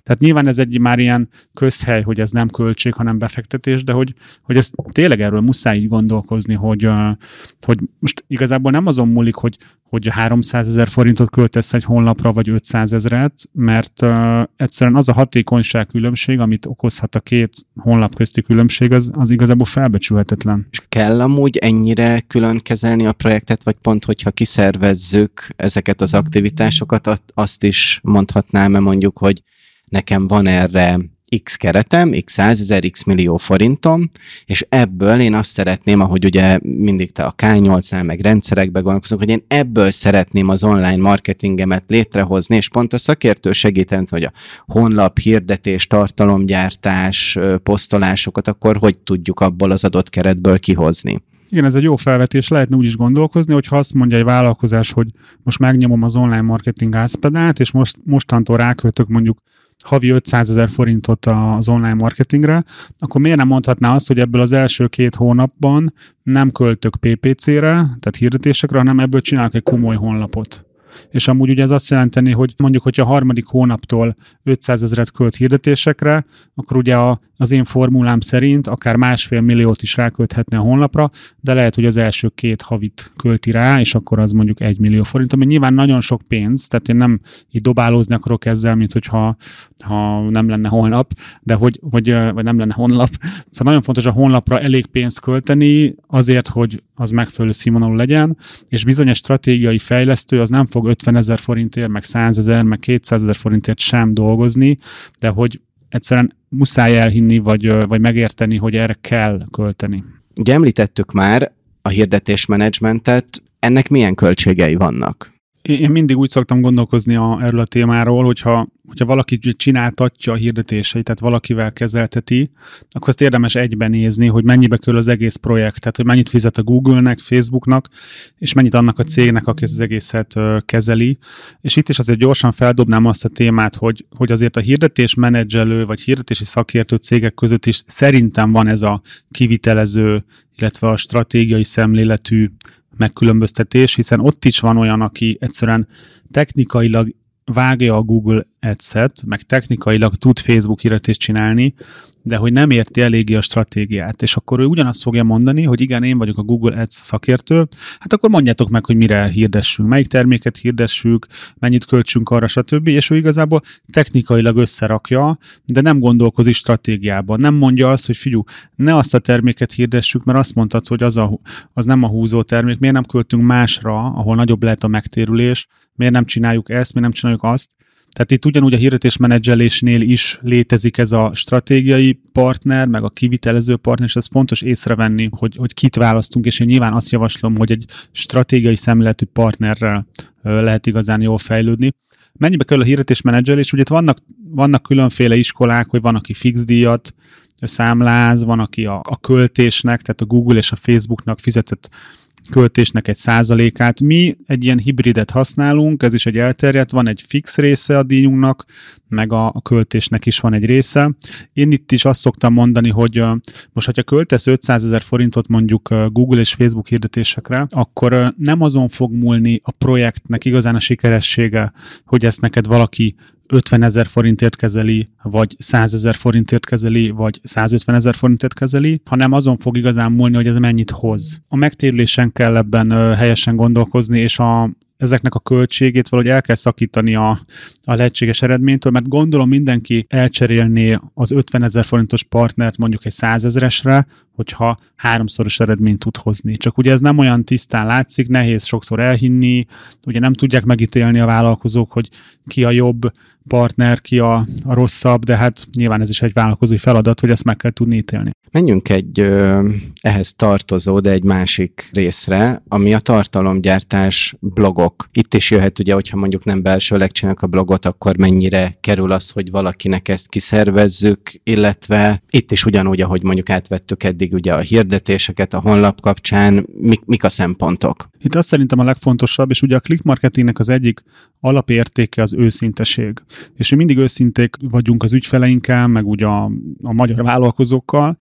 Tehát nyilván ez egy már ilyen közhely, hogy ez nem költség, hanem befektetés, de hogy, hogy ez tényleg erről muszáj így gondolkozni, hogy, hogy most igazából nem azon múlik, hogy, hogy háromszázezer forintot költesz egy honlapra, vagy ötszázezret, mert uh, egyszerűen az a hatékonyság különbség, amit okozhat a két honlap közti különbség, az, az igazából felbecsülhetetlen. És kell amúgy ennyire külön kezelni a projektet, vagy pont, hogyha kiszervezzük ezeket az aktivitásokat, azt is mondhatnám-e mondjuk, hogy nekem van erre X keretem, X százezer, X millió forintom, és ebből én azt szeretném, ahogy ugye mindig te a ká nyolcnál meg rendszerekbe gondolkozunk, hogy én ebből szeretném az online marketingemet létrehozni, és pont a szakértő segíteni, hogy a honlap, hirdetés, tartalomgyártás, posztolásokat, akkor hogy tudjuk abból az adott keretből kihozni. Igen, ez egy jó felvetés, lehetne úgy is gondolkozni, hogy ha azt mondja egy vállalkozás, hogy most megnyomom az online marketing gázpedált, és most, mostantól ráköltök mondjuk havi ötszázezer forintot az online marketingre, akkor miért nem mondhatná azt, hogy ebből az első két hónapban nem költök pé pé cére, tehát hirdetésekre, hanem ebből csinálok egy komoly honlapot. És amúgy ugye ez azt jelenteni, hogy mondjuk, hogyha a harmadik hónaptól ötszázezret költ hirdetésekre, akkor ugye a, az én formulám szerint akár másfél milliót is rákölthetne a honlapra, de lehet, hogy az első két havit költi rá, és akkor az mondjuk egy millió forint, ami nyilván nagyon sok pénz, tehát én nem így dobálózni akarok ezzel, mint hogyha ha nem lenne honlap, de hogy, hogy vagy nem lenne honlap. Szóval nagyon fontos a honlapra elég pénzt költeni azért, hogy az megfelelő színvonalú legyen, és bizonyos stratégiai fejlesztő az nem fog ötvenezer forintért, meg százezer, meg kétszázezer forintért sem dolgozni, de hogy egyszerűen muszáj elhinni, vagy, vagy megérteni, hogy erre kell költeni. Ugye említettük már a hirdetésmenedzsmentet, ennek milyen költségei vannak? Én mindig úgy szoktam gondolkozni a, erről a témáról, hogyha, hogyha valaki csináltatja a hirdetéseit, tehát valakivel kezelteti, akkor azt érdemes egyben nézni, hogy mennyibe kerül az egész projekt, tehát hogy mennyit fizet a Google-nek, Facebooknak, és mennyit annak a cégnek, aki az egészet uh, kezeli. És itt is azért gyorsan feldobnám azt a témát, hogy, hogy azért a hirdetés menedzselő, vagy hirdetési szakértő cégek között is szerintem van ez a kivitelező, illetve a stratégiai szemléletű megkülönböztetés, hiszen ott is van olyan, aki egyszerűen technikailag vágja a Google Ads-et, meg technikailag tud Facebook hirdetést csinálni, de hogy nem érti eléggé a stratégiát, és akkor ő ugyanazt fogja mondani, hogy igen, én vagyok a Google Ads szakértő, hát akkor mondjátok meg, hogy mire hirdessünk, melyik terméket hirdessük, mennyit költsünk arra, stb. És ő igazából technikailag összerakja, de nem gondolkozik stratégiában. Nem mondja azt, hogy figyelj, ne azt a terméket hirdessük, mert azt mondtad, hogy az, a, az nem a húzó termék, miért nem költünk másra, ahol nagyobb lehet a megtérülés, miért nem csináljuk ezt, miért nem csináljuk azt. Tehát itt ugyanúgy a hirdetésmenedzselésnél is létezik ez a stratégiai partner, meg a kivitelező partner, és ez fontos észrevenni, hogy, hogy kit választunk, és én nyilván azt javaslom, hogy egy stratégiai szemléletű partnerrel lehet igazán jól fejlődni. Mennyibe kerül a hirdetésmenedzselés? Ugye itt vannak, vannak különféle iskolák, hogy van, aki fix díjat számláz, van, aki a, a költésnek, tehát a Google és a Facebooknak fizetett költésnek egy százalékát. Mi egy ilyen hibridet használunk, ez is egy elterjedt, van egy fix része a díjunknak, meg a, a költésnek is van egy része. Én itt is azt szoktam mondani, hogy uh, most, hogyha költesz ötszázezer forintot mondjuk uh, Google és Facebook hirdetésekre, akkor uh, nem azon fog múlni a projektnek igazán a sikeressége, hogy ezt neked valaki ötvenezer forintért kezeli, vagy százezer forintért kezeli, vagy százötvenezer forintért kezeli, hanem azon fog igazán múlni, hogy ez mennyit hoz. A megtérülésen kell ebben uh, helyesen gondolkozni, és a ezeknek a költségét valahogy el kell szakítani a, a lehetséges eredménytől, mert gondolom mindenki elcserélné az ötvenezer forintos partnert mondjuk egy százezresre, hogyha háromszoros eredményt tud hozni. Csak ugye ez nem olyan tisztán látszik, nehéz sokszor elhinni, ugye nem tudják megítélni a vállalkozók, hogy ki a jobb partner, ki a, a rosszabb, de hát nyilván ez is egy vállalkozói feladat, hogy ezt meg kell tudni ítélni. Menjünk egy ö, ehhez tartozó, de egy másik részre, ami a tartalomgyártás, blogok. Itt is jöhet ugye, hogyha mondjuk nem belsőleg csinálnak a blogot, akkor mennyire kerül az, hogy valakinek ezt kiszervezzük, illetve itt is ugyanúgy, ahogy mondjuk átvettük eddig ugye a hirdetéseket a honlap kapcsán, mik, mik a szempontok? Itt azt szerintem a legfontosabb, és ugye a click marketingnek az egyik alapértéke az őszinteség. És mi mindig őszinték vagyunk az ügyfeleinkkel, meg ugye a, a magyar vállalkozókkal,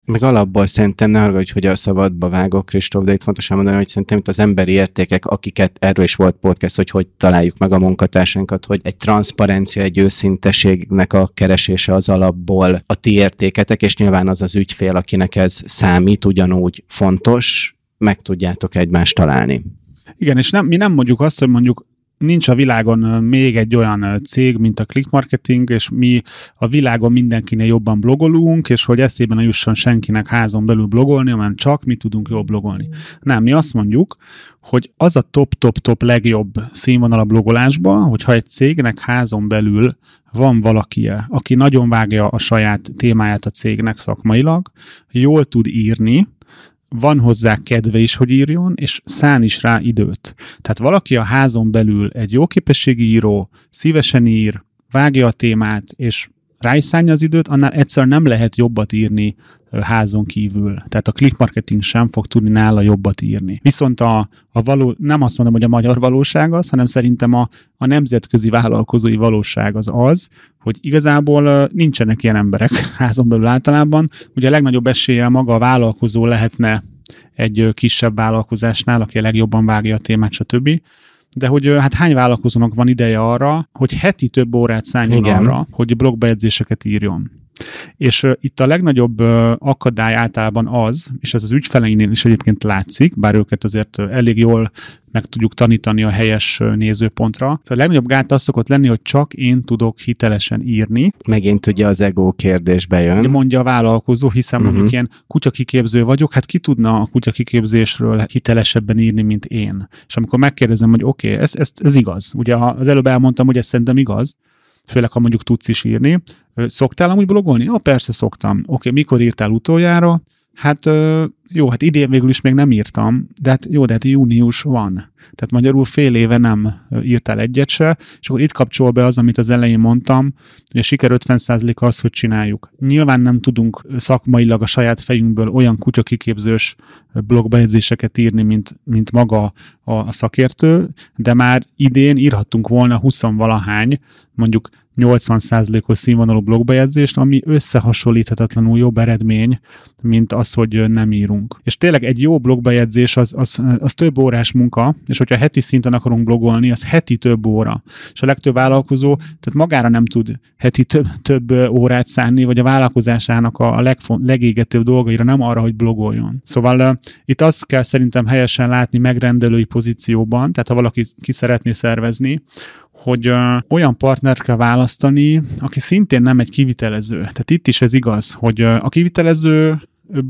Meg alapból szerintem, ne haragudj, hogy a szabadba vágok, Kristóf, de itt fontos elmondani, hogy szerintem itt az emberi értékek, akiket, erről is volt podcast, hogy hogy találjuk meg a munkatársainkat, hogy egy transzparencia, egy őszinteségnek a keresése az alapból a ti értéketek, és nyilván az az ügyfél, akinek ez számít, ugyanúgy fontos, meg tudjátok egymást találni. Igen, és nem, mi nem mondjuk azt, hogy mondjuk nincs a világon még egy olyan cég, mint a Click Marketing, és mi a világon mindenkinél jobban blogolunk, és hogy eszébe ne jusson senkinek házon belül blogolni, hanem csak mi tudunk jól blogolni. Nem, mi azt mondjuk, hogy az a top-top-top legjobb színvonal a blogolásban, hogyha egy cégnek házon belül van valakie, aki nagyon vágja a saját témáját a cégnek szakmailag, jól tud írni, van hozzá kedve is, hogy írjon, és szán is rá időt. Tehát valaki a házon belül egy jó képességi író, szívesen ír, vágja a témát, és rá is szánja az időt, annál egyszer nem lehet jobbat írni házon kívül. Tehát a click marketing sem fog tudni nála jobbat írni. Viszont a, a való, nem azt mondom, hogy a magyar valóság az, hanem szerintem a, a nemzetközi vállalkozói valóság az az, hogy igazából nincsenek ilyen emberek házon belül általában. Ugye a legnagyobb eséllyel maga a vállalkozó lehetne egy kisebb vállalkozásnál, aki a legjobban vágja a témát, stb. De hogy hát hány vállalkozónak van ideje arra, hogy heti több órát szálljon arra, hogy blogbejegyzéseket írjon. És uh, itt a legnagyobb uh, akadály általában az, és ez az ügyfeleinél is egyébként látszik, bár őket azért uh, elég jól meg tudjuk tanítani a helyes uh, nézőpontra. Tehát a legnagyobb gát az szokott lenni, hogy csak én tudok hitelesen írni. Megint ugye az ego kérdésbe jön. Mondja a vállalkozó, hiszen uh-huh. mondjuk én kutyakiképző vagyok, hát ki tudna a kutyakiképzésről hitelesebben írni, mint én. És amikor megkérdezem, hogy oké, okay, ez, ez, ez igaz. Ugye az előbb elmondtam, hogy ez szerintem igaz, főleg, ha mondjuk tudsz is írni. Szoktál amúgy blogolni? Ja, persze szoktam. Oké, okay, mikor írtál utoljára? Hát jó, hát idén végül is még nem írtam, de hát jó, de hát június van. Tehát magyarul fél éve nem írtál egyet se, és akkor itt kapcsol be az, amit az elején mondtam, hogy a siker ötven százaléka az, hogy csináljuk. Nyilván nem tudunk szakmailag a saját fejünkből olyan kutyakiképzős blogbejegyzéseket írni, mint, mint maga a, a szakértő, de már idén írhattunk volna huszonvalahány, mondjuk nyolcvan százalékos színvonalú blogbejegyzést, ami összehasonlíthatatlanul jobb eredmény, mint az, hogy nem írunk. És tényleg egy jó blogbejegyzés az, az, az több órás munka, és hogyha heti szinten akarunk blogolni, az heti több óra. És a legtöbb vállalkozó, tehát magára nem tud heti több, több órát szánni, vagy a vállalkozásának a legfont, legégetőbb dolgaira, nem arra, hogy blogoljon. Szóval uh, itt azt kell szerintem helyesen látni megrendelői pozícióban, tehát ha valaki ki szeretné szervezni, hogy uh, olyan partnert kell választani, aki szintén nem egy kivitelező. Tehát itt is ez igaz, hogy uh, a kivitelező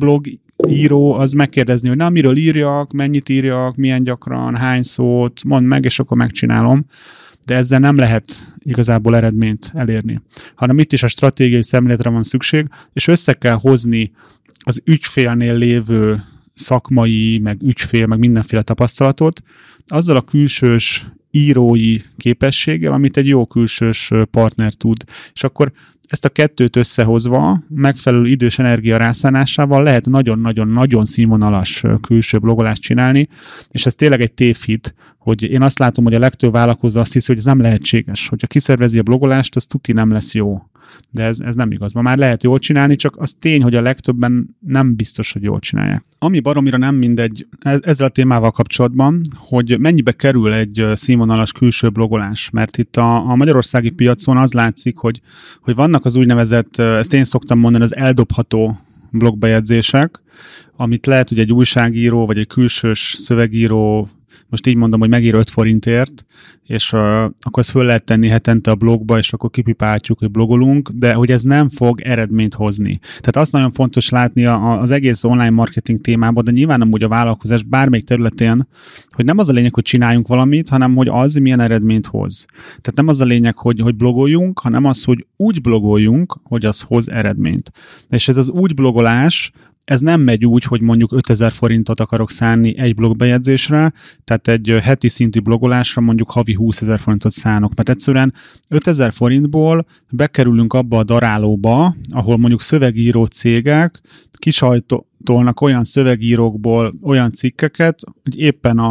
blogíró az megkérdezni, hogy na, miről írjak, mennyit írjak, milyen gyakran, hány szót, mondd meg, és akkor megcsinálom. De ezzel nem lehet igazából eredményt elérni. Hanem itt is a stratégiai szemléletre van szükség, és össze kell hozni az ügyfélnél lévő szakmai, meg ügyfél, meg mindenféle tapasztalatot, azzal a külsős írói képességgel, amit egy jó külsős partner tud. És akkor ezt a kettőt összehozva, megfelelő idős energia rászánásával lehet nagyon-nagyon-nagyon színvonalas külső blogolást csinálni, és ez tényleg egy tévhit, hogy én azt látom, hogy a legtöbb vállalkozó azt hiszi, hogy ez nem lehetséges. Hogyha kiszervezi a blogolást, az tuti nem lesz jó. De ez, ez nem igaz. Ma már lehet jól csinálni, csak az tény, hogy a legtöbben nem biztos, hogy jól csinálják. Ami baromira nem mindegy ezzel a témával kapcsolatban, hogy mennyibe kerül egy színvonalas külső blogolás, mert itt a, a magyarországi piacon az látszik, hogy, hogy vannak az úgynevezett, ezt én szoktam mondani, az eldobható blogbejegyzések, amit lehet, hogy egy újságíró, vagy egy külsős szövegíró, most így mondom, hogy megír öt forintért, és uh, akkor ezt föl lehet tenni hetente a blogba, és akkor kipipáltjuk, hogy blogolunk, de hogy ez nem fog eredményt hozni. Tehát azt nagyon fontos látni a, a, az egész online marketing témában, de nyilván amúgy a vállalkozás bármelyik területén, hogy nem az a lényeg, hogy csináljunk valamit, hanem hogy az milyen eredményt hoz. Tehát nem az a lényeg, hogy, hogy blogoljunk, hanem az, hogy úgy blogoljunk, hogy az hoz eredményt. És ez az úgy blogolás, ez nem megy úgy, hogy mondjuk ötezer forintot akarok szánni egy blogbejegyzésre, tehát egy heti szintű blogolásra mondjuk havi húszezer forintot szánok, mert egyszerűen ötezer forintból bekerülünk abba a darálóba, ahol mondjuk szövegíró cégek kisajtolnak olyan szövegírókból olyan cikkeket, hogy éppen a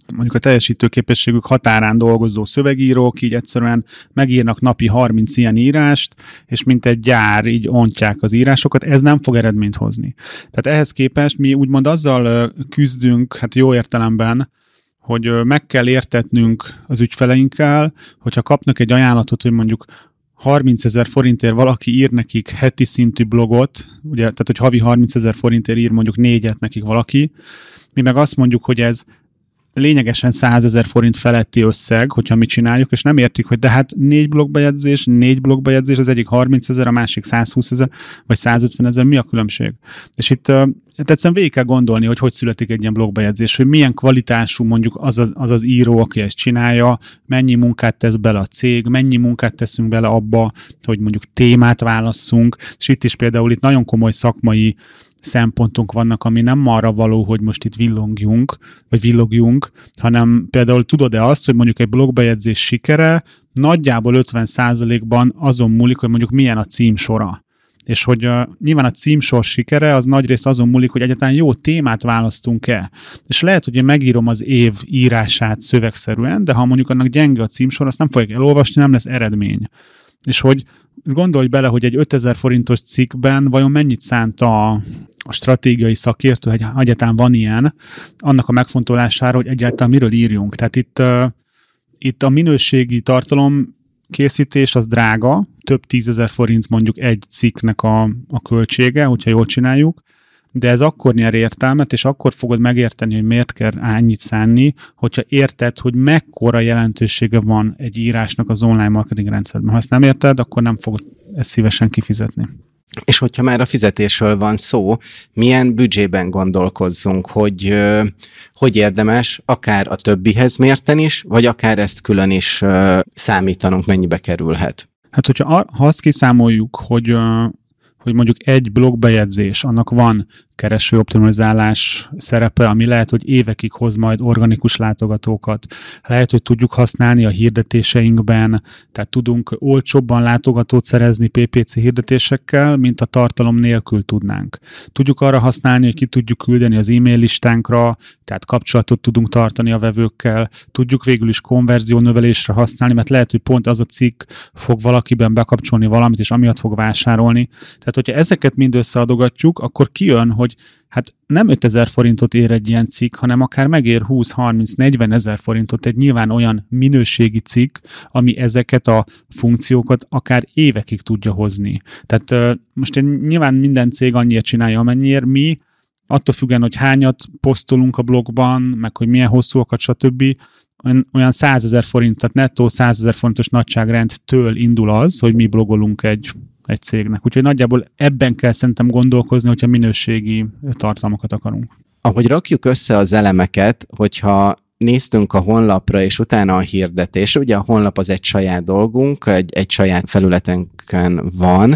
mondjuk a teljesítőképességük határán dolgozó szövegírók így egyszerűen megírnak napi harminc ilyen írást, és mint egy gyár így ontják az írásokat, ez nem fog eredményt hozni. Tehát ehhez képest mi úgymond azzal küzdünk, hát jó értelemben, hogy meg kell értetnünk az ügyfeleinkkel, hogyha kapnak egy ajánlatot, hogy mondjuk harmincezer forintért valaki ír nekik heti szintű blogot, ugye, tehát hogy havi harmincezer forintért ír mondjuk négyet nekik valaki, mi meg azt mondjuk, hogy ez lényegesen százezer forint feletti összeg, hogyha mi csináljuk, és nem értik, hogy de hát négy blogbejegyzés, négy blogbejegyzés, az egyik harmincezer, a másik százhúszezer, vagy százötvenezer, mi a különbség? És itt uh, egyszerűen végig kell gondolni, hogy hogy születik egy ilyen blogbejegyzés, hogy milyen kvalitású mondjuk az az, az az író, aki ezt csinálja, mennyi munkát tesz bele a cég, mennyi munkát teszünk bele abba, hogy mondjuk témát válasszunk, és itt is például itt nagyon komoly szakmai szempontunk vannak, ami nem arra való, hogy most itt villongjunk, vagy villogjunk, hanem például tudod-e azt, hogy mondjuk egy blogbejegyzés sikere nagyjából ötven százalékban azon múlik, hogy mondjuk milyen a címsora. És hogy uh, nyilván a címsor sikere az nagyrészt azon múlik, hogy egyáltalán jó témát választunk-e. És lehet, hogy én megírom az év írását szövegszerűen, de ha mondjuk annak gyenge a címsor, azt nem fogják elolvasni, nem lesz eredmény. És hogy gondolj bele, hogy egy ötezer forintos cikkben vajon mennyit szánt a, a stratégiai szakértő, hogy egyáltalán van ilyen, annak a megfontolására, hogy egyáltalán miről írjunk. Tehát itt, uh, itt a minőségi tartalom készítés az drága, több tízezer forint mondjuk egy cikknek a, a költsége, hogyha jól csináljuk, de ez akkor nyer értelmet, és akkor fogod megérteni, hogy miért kell annyit szánni, hogyha érted, hogy mekkora jelentősége van egy írásnak az online marketing rendszerben. Ha ezt nem érted, akkor nem fogod ezt szívesen kifizetni. És hogyha már a fizetésről van szó, milyen büdzsében gondolkozzunk, hogy hogy érdemes akár a többihez mérten is, vagy akár ezt külön is számítanunk, mennyibe kerülhet? Hát, hogyha ha azt kiszámoljuk, hogy, hogy mondjuk egy blogbejegyzés, annak van keresőoptimalizálás szerepe, ami lehet, hogy évekig hoz majd organikus látogatókat. Lehet, hogy tudjuk használni a hirdetéseinkben, tehát tudunk olcsóbban látogatót szerezni pé pé cé hirdetésekkel, mint a tartalom nélkül tudnánk. Tudjuk arra használni, hogy ki tudjuk küldeni az e-mail listánkra, tehát kapcsolatot tudunk tartani a vevőkkel, tudjuk végül is konverziónövelésre használni, mert lehet, hogy pont az a cikk fog valakiben bekapcsolni valamit, és amiatt fog vásárolni. Tehát, hogyha ezeket mind összeadogatjuk, akkor kijön, hogy hát nem ötezer forintot ér egy ilyen cikk, hanem akár megér húsz, harminc, negyven ezer forintot egy nyilván olyan minőségi cikk, ami ezeket a funkciókat akár évekig tudja hozni. Tehát uh, most én, nyilván minden cég annyira csinálja, amennyiért mi, attól függően, hogy hányat posztolunk a blogban, meg hogy milyen hosszúakat, stb., olyan százezer forint, tehát nettó százezer forintos nagyságrendtől indul az, hogy mi blogolunk egy egy cégnek. Úgyhogy nagyjából ebben kell szerintem gondolkozni, hogyha minőségi tartalmakat akarunk. Ahogy rakjuk össze az elemeket, hogyha néztünk a honlapra, és utána a hirdetés, ugye a honlap az egy saját dolgunk, egy, egy saját felületenken van,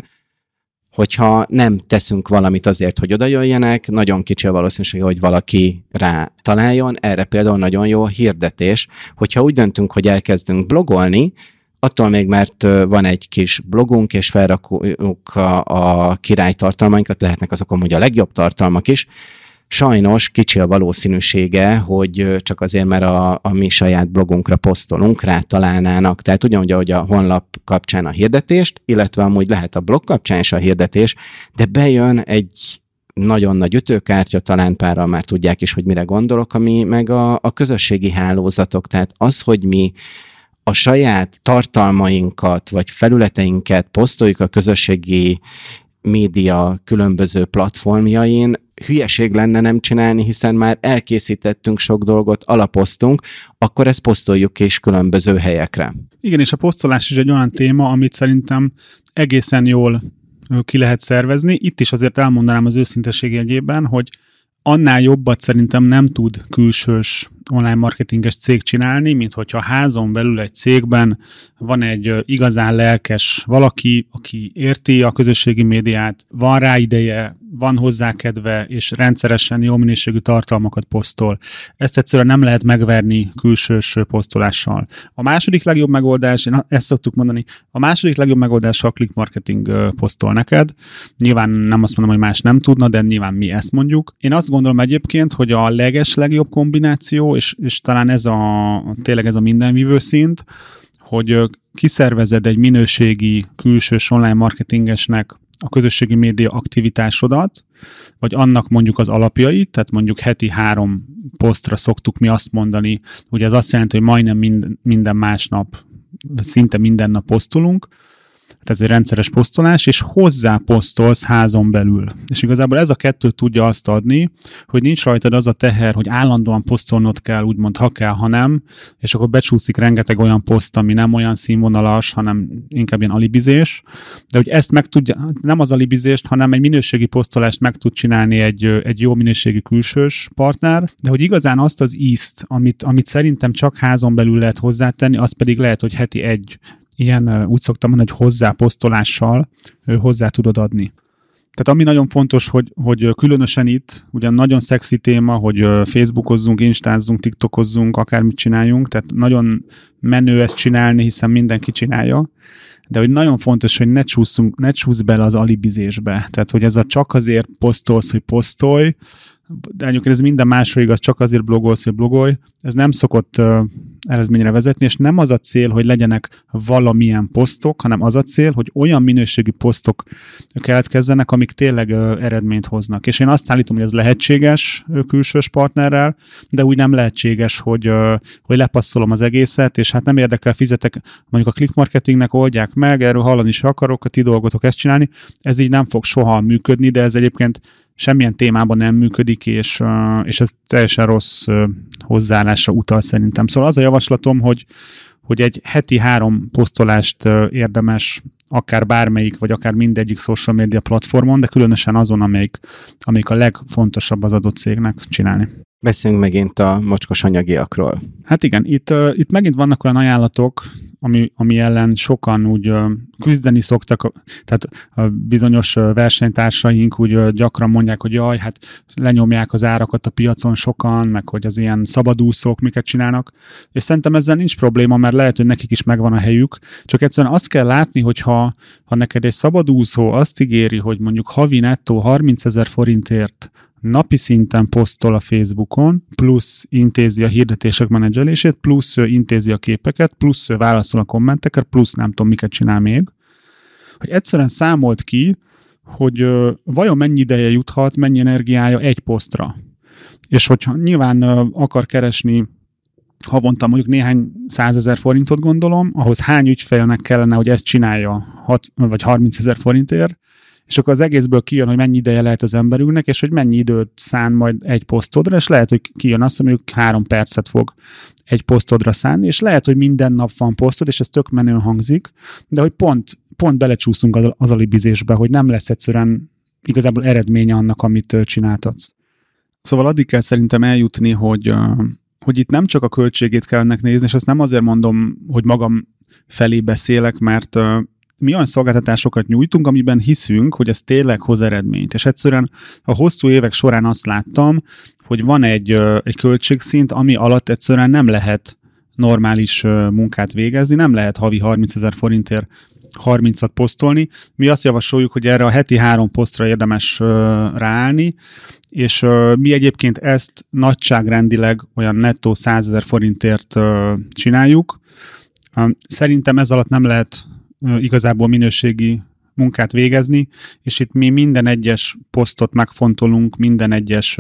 hogyha nem teszünk valamit azért, hogy oda jöjjenek, nagyon kicsi a valószínűsége, hogy valaki rá találjon, erre például nagyon jó a hirdetés. Hogyha úgy döntünk, hogy elkezdünk blogolni, attól még, mert van egy kis blogunk, és felrakjuk a, a királytartalmainkat, lehetnek azok amúgy a legjobb tartalmak is, sajnos kicsi a valószínűsége, hogy csak azért, mert a, a mi saját blogunkra posztolunk, rá találnának. Tehát ugyanúgy, ahogy a honlap kapcsán a hirdetést, illetve amúgy lehet a blog kapcsán is a hirdetés, de bejön egy nagyon nagy ütőkártya, talán párral már tudják is, hogy mire gondolok, ami meg a, a közösségi hálózatok. Tehát az, hogy mi a saját tartalmainkat, vagy felületeinket posztoljuk a közösségi média különböző platformjain, hülyeség lenne nem csinálni, hiszen már elkészítettünk sok dolgot, alapoztunk, akkor ezt posztoljuk is különböző helyekre. Igen, és a posztolás is egy olyan téma, amit szerintem egészen jól ki lehet szervezni. Itt is azért elmondanám az őszintesség jegyében, hogy annál jobbat szerintem nem tud külsős online marketinges cég csinálni, mint hogyha házon belül egy cégben van egy igazán lelkes valaki, aki érti a közösségi médiát, van rá ideje, van hozzá kedve, és rendszeresen jó minőségű tartalmakat posztol. Ezt egyszerűen nem lehet megverni külsős posztolással. A második legjobb megoldás, én ezt szoktuk mondani, a második legjobb megoldás, ha a click marketing posztol neked. Nyilván nem azt mondom, hogy más nem tudna, de nyilván mi ezt mondjuk. Én azt gondolom egyébként, hogy a leges legjobb kombináció, hasonló, és, és talán ez a, tényleg ez a mindenvívő szint, hogy kiszervezed egy minőségi külsős online marketingesnek a közösségi média aktivitásodat, vagy annak mondjuk az alapjait, tehát mondjuk heti három posztra szoktuk mi azt mondani, ugye ez azt jelenti, hogy majdnem minden, minden másnap, szinte minden nap posztolunk, tehát ez egy rendszeres posztolás, és hozzá posztolsz házon belül. És igazából ez a kettő tudja azt adni, hogy nincs rajtad az a teher, hogy állandóan posztolnod kell, úgymond ha kell, ha nem, és akkor becsúszik rengeteg olyan poszt, ami nem olyan színvonalas, hanem inkább ilyen alibizés. De hogy ezt meg tudja, nem az alibizést, hanem egy minőségi posztolást meg tud csinálni egy, egy jó minőségi külsős partner, de hogy igazán azt az ízt, amit, amit szerintem csak házon belül lehet hozzátenni, az pedig lehet, hogy heti egy ilyen, úgy szoktam mondani, hogy hozzáposztolással hozzá tudod adni. Tehát ami nagyon fontos, hogy, hogy különösen itt, ugyan nagyon szexi téma, hogy Facebookozzunk, instázzunk, tiktokozzunk, akármit csináljunk, tehát nagyon menő ezt csinálni, hiszen mindenki csinálja, de hogy nagyon fontos, hogy ne csúszunk, ne csúsz bele az alibizésbe. Tehát, hogy ez a csak azért posztolsz, hogy posztolj, de egyébként ez minden másra igaz, csak azért blogolsz, hogy blogolj, ez nem szokott uh, eredményre vezetni, és nem az a cél, hogy legyenek valamilyen posztok, hanem az a cél, hogy olyan minőségi posztok keletkezzenek, amik tényleg uh, eredményt hoznak. És én azt állítom, hogy ez lehetséges uh, külsős partnerrel, de úgy nem lehetséges, hogy, uh, hogy lepasszolom az egészet, és hát nem érdekel, fizetek, mondjuk a click marketingnek oldják meg, erről hallani is akarok, a ti dolgotok ezt csinálni, ez így nem fog soha működni, de ez egyébként semmilyen témában nem működik, és, és ez teljesen rossz hozzáállásra utal szerintem. Szóval az a javaslatom, hogy, hogy egy heti három posztolást érdemes akár bármelyik, vagy akár mindegyik social media platformon, de különösen azon, amelyik, amelyik a legfontosabb az adott cégnek csinálni. Beszéljünk megint a mocskos anyagiakról. Hát igen, itt, uh, itt megint vannak olyan ajánlatok, ami, ami ellen sokan úgy uh, küzdeni szoktak, tehát a bizonyos uh, versenytársaink úgy uh, gyakran mondják, hogy jaj, hát lenyomják az árakat a piacon sokan, meg hogy az ilyen szabadúszók miket csinálnak, és szerintem ezzel nincs probléma, mert lehet, hogy nekik is megvan a helyük, csak egyszerűen azt kell látni, hogy ha, ha neked egy szabadúszó azt ígéri, hogy mondjuk havi nettó harmincezer forintért napi szinten posztol a Facebookon, plusz intézi a hirdetések menedzselését, plusz intézi a képeket, plusz válaszol a kommenteket, plusz nem tudom, miket csinál még, hogy egyszerűen számolt ki, hogy ö, vajon mennyi ideje juthat, mennyi energiája egy posztra. És hogyha nyilván ö, akar keresni havonta mondjuk néhány százezer forintot gondolom, ahhoz hány ügyfélnek kellene, hogy ezt csinálja hat vagy harmincezer forintért, és akkor az egészből kijön, hogy mennyi ideje lehet az emberünknek, és hogy mennyi időt szán majd egy posztodra, és lehet, hogy kijön azt, hogy mondjuk három percet fog egy posztodra szánni, és lehet, hogy minden nap van posztod, és ez tök menően hangzik, de hogy pont, pont belecsúszunk az, az alibizésbe, hogy nem lesz egyszerűen igazából eredménye annak, amit csináltatsz. Szóval addig kell szerintem eljutni, hogy, hogy itt nem csak a költségét kell ennek nézni, és azt nem azért mondom, hogy magam felé beszélek, mert mi olyan szolgáltatásokat nyújtunk, amiben hiszünk, hogy ez tényleg hoz eredményt. És egyszerűen a hosszú évek során azt láttam, hogy van egy, egy költségszint, ami alatt egyszerűen nem lehet normális munkát végezni, nem lehet havi harmincezer forintért harmincat posztolni. Mi azt javasoljuk, hogy erre a heti három posztra érdemes ráállni, és mi egyébként ezt nagyságrendileg olyan nettó százezer forintért csináljuk. Szerintem ez alatt nem lehet igazából minőségi munkát végezni, és itt mi minden egyes posztot megfontolunk, minden egyes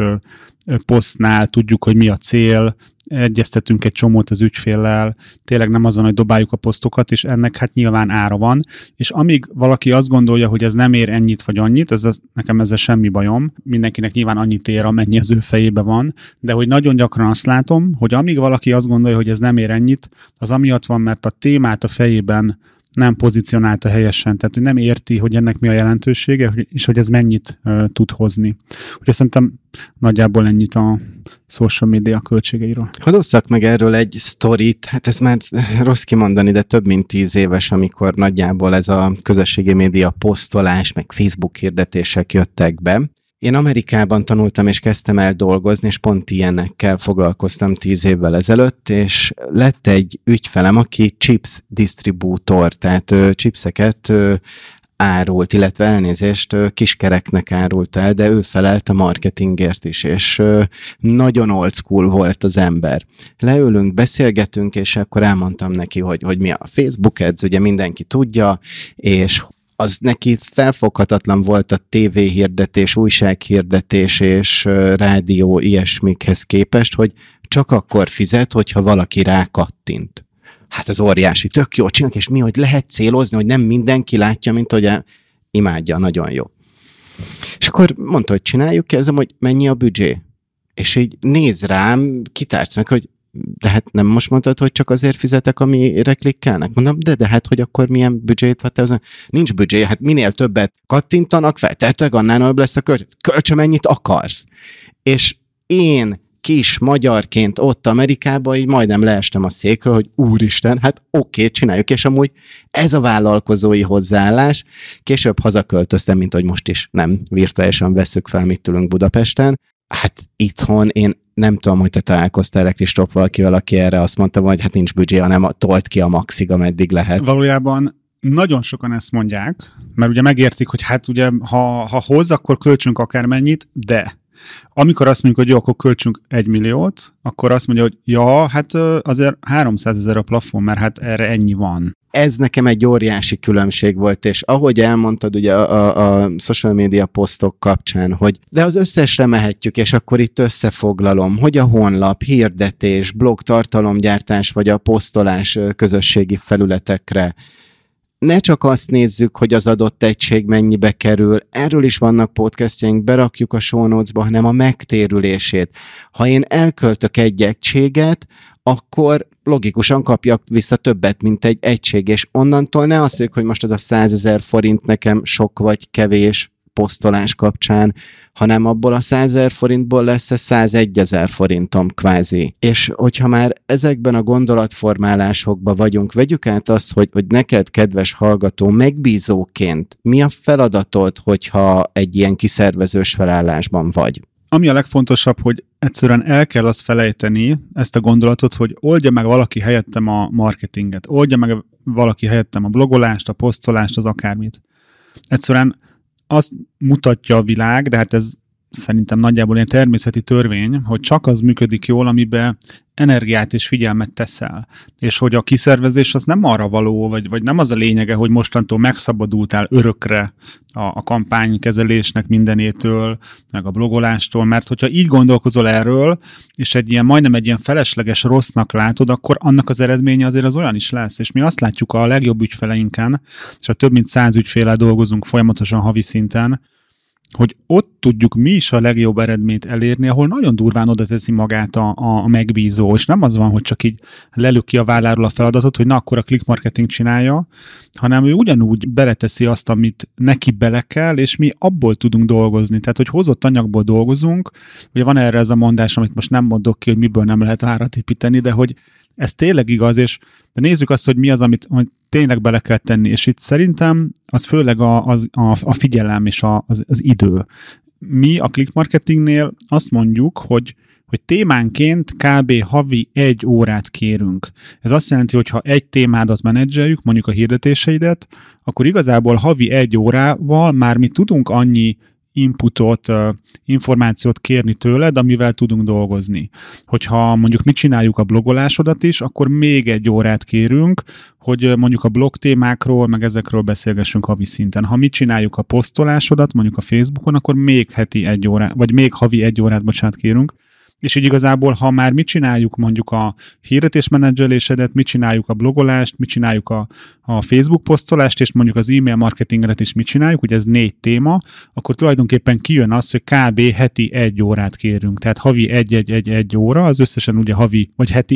posztnál tudjuk, hogy mi a cél, egyeztetünk egy csomót az ügyféllel, tényleg nem azon, hogy dobáljuk a posztokat, és ennek hát nyilván ára van, és amíg valaki azt gondolja, hogy ez nem ér ennyit vagy annyit, ez, ez, nekem ezzel semmi bajom, mindenkinek nyilván annyit ér, amennyi az ő fejébe van, de hogy nagyon gyakran azt látom, hogy amíg valaki azt gondolja, hogy ez nem ér ennyit, az amiatt van, mert a témát a fejében nem pozícionálta helyesen, tehát hogy nem érti, hogy ennek mi a jelentősége, és hogy ez mennyit uh, tud hozni. Úgyhogy szerintem nagyjából ennyit a social media költségeiről. Hadd osszak meg erről egy sztorit, hát ez már rossz kimondani, de több mint tíz éves, amikor nagyjából ez a közösségi média posztolás, meg Facebook hirdetések jöttek be. Én Amerikában tanultam, és kezdtem el dolgozni, és pont ilyenekkel foglalkoztam tíz évvel ezelőtt, és lett egy ügyfelem, aki chips disztribútor, tehát ö, chipseket ö, árult, illetve elnézést kiskereknek árult el, de ő felelt a marketingért is, és nagyon old school volt az ember. Leülünk, beszélgetünk, és akkor elmondtam neki, hogy, hogy mi a Facebook Ads, ugye mindenki tudja, és az neki felfoghatatlan volt a tévéhirdetés, újsághirdetés és rádió ilyesmikhez képest, hogy csak akkor fizet, hogyha valaki rákattint. Hát az óriási, tök jó csinálják, és mi, hogy lehet célozni, hogy nem mindenki látja, mint hogy imádja, nagyon jó. És akkor mondta, hogy csináljuk, kérdezem, hogy mennyi a büdzsé. És így néz rám, kitársz meg, hogy de hát nem most mondtad, hogy csak azért fizetek, amire klikkelnek? Mondom, de, de hát, hogy akkor milyen büdzsét határoznak? Nincs büdzsé, hát minél többet kattintanak fel, tehetőleg annál nagyobb lesz a kölcsön. Kölcsön mennyit akarsz. És én kis magyarként ott Amerikában így majdnem leestem a székről, hogy úristen, hát oké, csináljuk, és amúgy ez a vállalkozói hozzáállás. Később hazaköltöztem, mint hogy most is nem virtuálisan vesszük fel, mit tülünk Budapesten. Hát itthon én nem tudom, hogy te találkoztál-e, Kristóf, valakivel, aki erre azt mondta, hogy hát nincs büdzsé, hanem tolt ki a maxig, ameddig lehet. Valójában nagyon sokan ezt mondják, mert ugye megértik, hogy hát ugye, ha, ha hoz, akkor költsünk akármennyit, de amikor azt mondjuk, hogy jó, akkor költsünk egy milliót, akkor azt mondja, hogy ja, hát azért háromszázezer a plafon, mert hát erre ennyi van. Ez nekem egy óriási különbség volt, és ahogy elmondtad ugye a, a, a social media posztok kapcsán, hogy de az összesre mehetjük, és akkor itt összefoglalom, hogy a honlap, hirdetés, blog tartalomgyártás, vagy a posztolás közösségi felületekre. Ne csak azt nézzük, hogy az adott egység mennyibe kerül, erről is vannak podcastjaink, berakjuk a show notes-ba, hanem a megtérülését. Ha én elköltök egy egységet, akkor logikusan kapjak vissza többet, mint egy egység, és onnantól ne azt mondjuk, hogy most ez a százezer forint nekem sok vagy kevés posztolás kapcsán, hanem abból a százezer forintból lesz ez százegyezer forintom kvázi. És hogyha már ezekben a gondolatformálásokban vagyunk, vegyük át azt, hogy, hogy neked, kedves hallgató, megbízóként mi a feladatod, hogyha egy ilyen kiszervezős felállásban vagy? Ami a legfontosabb, hogy egyszerűen el kell azt felejteni, ezt a gondolatot, hogy oldja meg valaki helyettem a marketinget, oldja meg valaki helyettem a blogolást, a posztolást, az akármit. Egyszerűen azt mutatja a világ, de hát ez szerintem nagyjából ilyen természeti törvény, hogy csak az működik jól, amiben energiát és figyelmet teszel. És hogy a kiszervezés az nem arra való, vagy, vagy nem az a lényege, hogy mostantól megszabadultál örökre a, a kampánykezelésnek mindenétől, meg a blogolástól, mert hogyha így gondolkozol erről, és egy ilyen, majdnem egy ilyen felesleges rossznak látod, akkor annak az eredménye azért az olyan is lesz. És mi azt látjuk a legjobb ügyfeleinken, és a több mint száz ügyféllel dolgozunk folyamatosan havi szinten, hogy ott tudjuk mi is a legjobb eredményt elérni, ahol nagyon durván oda teszi magát a, a megbízó, és nem az van, hogy csak így lelök ki a válláról a feladatot, hogy na akkor a click marketing csinálja, hanem ő ugyanúgy beleteszi azt, amit neki bele kell, és mi abból tudunk dolgozni. Tehát, hogy hozott anyagból dolgozunk, ugye van erre ez a mondás, amit most nem mondok ki, hogy miből nem lehet árat építeni, de hogy ez tényleg igaz, és de nézzük azt, hogy mi az, amit, amit tényleg bele kell tenni, és itt szerintem az főleg a, a, a figyelem és a, az, az idő. Mi a click marketingnél azt mondjuk, hogy, hogy témánként kb. Havi egy órát kérünk. Ez azt jelenti, hogy ha egy témádat menedzseljük, mondjuk a hirdetéseidet, akkor igazából havi egy órával már mi tudunk annyi inputot, információt kérni tőled, amivel tudunk dolgozni. Hogyha mondjuk mi csináljuk a blogolásodat is, akkor még egy órát kérünk, hogy mondjuk a blog témákról, meg ezekről beszélgessünk havi szinten. Ha mi csináljuk a posztolásodat, mondjuk a Facebookon, akkor még heti egy órát, vagy még havi egy órát, bocsánat, kérünk. És így igazából, ha már mi csináljuk mondjuk a hirdetésmenedzselésedet, mi csináljuk a blogolást, mi csináljuk a, a Facebook posztolást, és mondjuk az e-mail marketinget is mi csináljuk, ugye ez négy téma, akkor tulajdonképpen kijön az, hogy kb. Heti egy órát kérünk. Tehát havi egy-egy-egy-egy óra, az összesen ugye havi vagy heti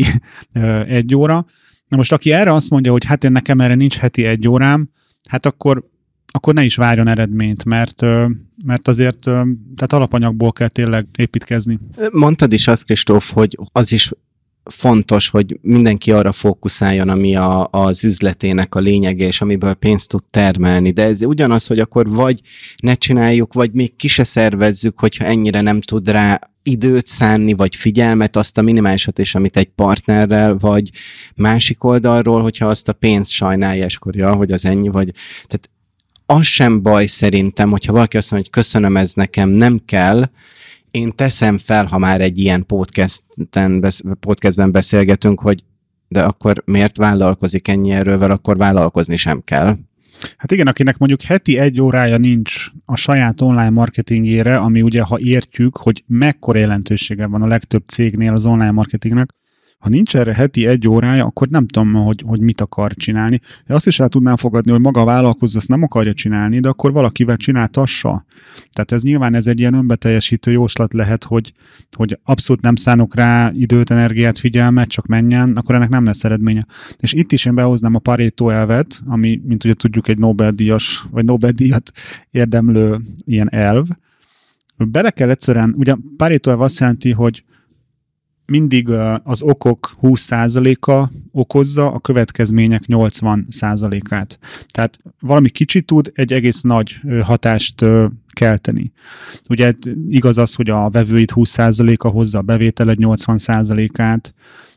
egy óra. Na most aki erre azt mondja, hogy hát én nekem erre nincs heti egy órám, hát akkor akkor ne is várjon eredményt, mert, mert azért tehát alapanyagból kell tényleg építkezni. Mondtad is azt, Kristóf, hogy az is fontos, hogy mindenki arra fókuszáljon, ami a, az üzletének a lényege, és amiből pénzt tud termelni. De ez ugyanaz, hogy akkor vagy ne csináljuk, vagy még ki se szervezzük, hogyha ennyire nem tud rá időt szánni, vagy figyelmet, azt a minimálisat is, amit egy partnerrel, vagy másik oldalról, hogyha azt a pénzt sajnálja, és akkor ja, hogy az ennyi, vagy... Tehát az sem baj szerintem, hogyha valaki azt mondja, hogy köszönöm, ez nekem nem kell, én teszem fel, ha már egy ilyen podcasten, podcastben beszélgetünk, hogy de akkor miért vállalkozik ennyi erővel, akkor vállalkozni sem kell. Hát igen, akinek mondjuk heti egy órája nincs a saját online marketingére, ami ugye, ha értjük, hogy mekkora jelentősége van a legtöbb cégnél az online marketingnek, ha nincs erre heti egy órája, akkor nem tudom, hogy, hogy mit akar csinálni. De azt is el tudnám fogadni, hogy maga a vállalkozó ezt nem akarja csinálni, de akkor valakivel csináltassa. Tehát ez nyilván ez egy ilyen önbeteljesítő jóslat lehet, hogy, hogy abszolút nem szánok rá időt, energiát, figyelmet, csak menjen, akkor ennek nem lesz eredménye. És itt is én behoznám a Pareto elvet, ami, mint ugye tudjuk, egy Nobel-díjas, vagy Nobel-díjat érdemlő ilyen elv. Bele kell egyszerűen, ugye Pareto elv azt jelenti, hogy mindig az okok húsz százaléka okozza a következmények nyolcvan százalékát. Tehát valami kicsit tud egy egész nagy hatást kelteni. Ugye igaz az, hogy a vevőit húsz százaléka hozza a bevételed nyolcvan százalékát,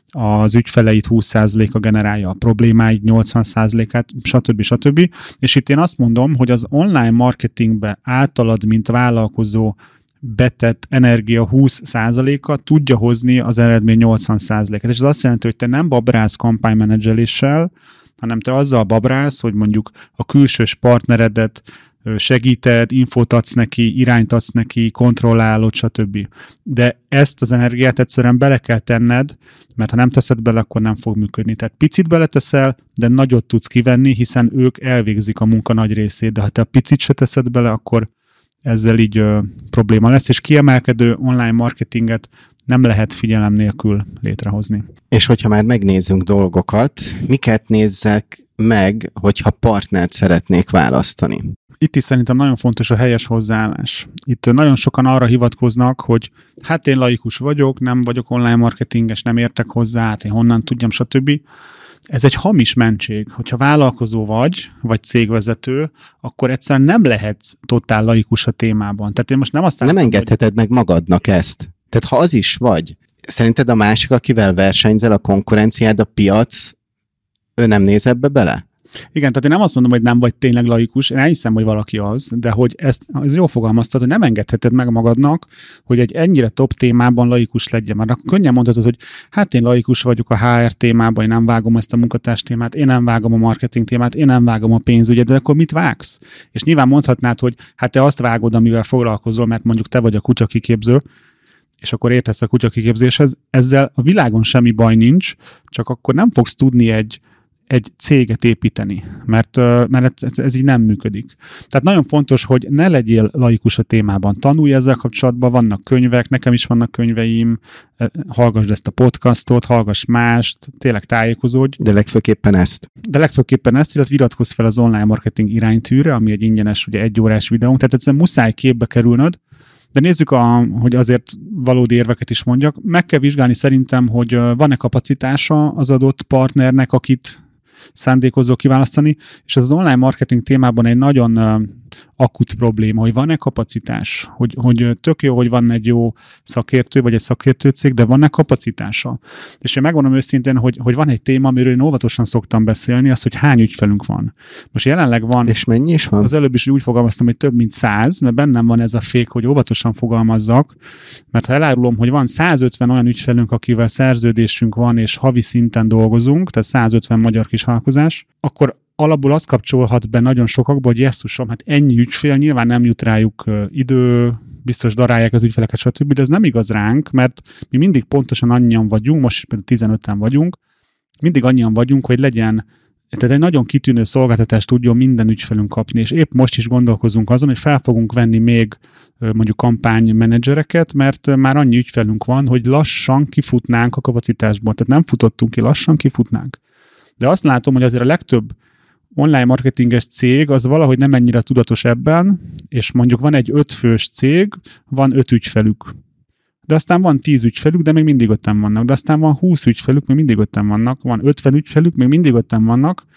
az ügyfeleit húsz százaléka generálja a problémáid nyolcvan százalékát, stb. stb. És itt én azt mondom, hogy az online marketingbe általad, mint vállalkozó betett energia húsz százaléka tudja hozni az eredmény nyolcvan százalékát. És ez azt jelenti, hogy te nem babrálsz kampánymenedzseléssel, hanem te azzal babrálsz, hogy mondjuk a külsős partneredet segíted, infót adsz neki, irányt adsz neki, kontrollálod, stb. De ezt az energiát egyszerűen bele kell tenned, mert ha nem teszed bele, akkor nem fog működni. Tehát picit beleteszel, de nagyot tudsz kivenni, hiszen ők elvégzik a munka nagy részét, de ha te a picit se teszed bele, akkor ezzel így ö, probléma lesz, és kiemelkedő online marketinget nem lehet figyelem nélkül létrehozni. És hogyha már megnézzünk dolgokat, miket nézzek meg, hogyha partnert szeretnék választani? Itt is szerintem nagyon fontos a helyes hozzáállás. Itt nagyon sokan arra hivatkoznak, hogy hát én laikus vagyok, nem vagyok online marketinges, nem értek hozzá, hát én honnan tudjam, stb. Ez egy hamis mentség. Hogyha vállalkozó vagy, vagy cégvezető, akkor egyszerűen nem lehetsz totál laikus a témában. Tehát én most nem azt Nem látom, engedheted hogy... meg magadnak ezt. Tehát ha az is vagy, szerinted a másik, akivel versenyzel, a konkurenciád, a piac, ő nem néz ebbe bele? Igen, tehát én nem azt mondom, hogy nem vagy tényleg laikus, én elhiszem, hogy valaki az, de hogy ezt, ez jól fogalmaztad, hogy nem engedheted meg magadnak, hogy egy ennyire top témában laikus legyen. Mert akkor könnyen mondhatod, hogy hát én laikus vagyok a há er témában, én nem vágom ezt a munkatárs témát, én nem vágom a marketing témát, én nem vágom a pénzügyet, de akkor mit vágsz? És nyilván mondhatnád, hogy hát te azt vágod, amivel foglalkozol, mert mondjuk te vagy a kutyakiképző, és akkor értesz a kutyakiképzéshez, ezzel a világon semmi baj nincs, csak akkor nem fogsz tudni egy egy céget építeni, mert, mert ez, ez így nem működik. Tehát nagyon fontos, hogy ne legyél laikus a témában. Tanulj ezzel kapcsolatban, vannak könyvek, nekem is vannak könyveim, hallgassd ezt a podcastot, hallgass mást, tényleg tájékozódj. De legfőképpen ezt. De legfőképpen ezt, illetve iratkozz fel az online marketing iránytűre, ami egy ingyenes, ugye egy órás videónk, tehát egyszerűen muszáj képbe kerülnöd. De nézzük, a, hogy azért valódi érveket is mondjak. Meg kell vizsgálni szerintem, hogy van-e kapacitása az adott partnernek, akit szándékozó kiválasztani, és ez az online marketing témában egy nagyon uh, akut probléma, hogy van-e kapacitás, hogy, hogy tök jó, hogy van egy jó szakértő, vagy egy szakértő cég, de van-e kapacitása? És én megmondom őszintén, hogy, hogy van egy téma, amiről én óvatosan szoktam beszélni, az, hogy hány ügyfelünk van. Most jelenleg van... És mennyi is van? Az előbb is úgy fogalmaztam, hogy több mint száz, mert bennem van ez a fék, hogy óvatosan fogalmazzak, mert ha elárulom, hogy van százötven olyan ügyfelünk, akivel szerződésünk van, és havi szinten dolgozunk, tehát százötven magyar kis vállalkozás, akkor alapból az kapcsolhat be nagyon sokakba, hogy jesszusom, hát ennyi ügyfél, nyilván nem jut rájuk idő, biztos darálják az ügyfeleket, stb., de ez nem igaz ránk, mert mi mindig pontosan annyian vagyunk, most például tizenöten vagyunk, mindig annyian vagyunk, hogy legyen, tehát egy nagyon kitűnő szolgáltatást tudjon minden ügyfelünk kapni, és épp most is gondolkozunk azon, hogy fel fogunk venni még mondjuk kampánymenedzsereket, mert már annyi ügyfelünk van, hogy lassan kifutnánk a kapacitásból, tehát nem futottunk ki, lassan kifutnánk. De azt látom, hogy azért a legtöbb online marketinges cég az valahogy nem ennyire tudatos ebben, és mondjuk van egy ötfős cég, van öt ügyfelük. De aztán van tíz ügyfelük, de még mindig ötten vannak. De aztán van húsz ügyfelük, még mindig ötten vannak. Van ötven ügyfelük, még mindig ötten vannak.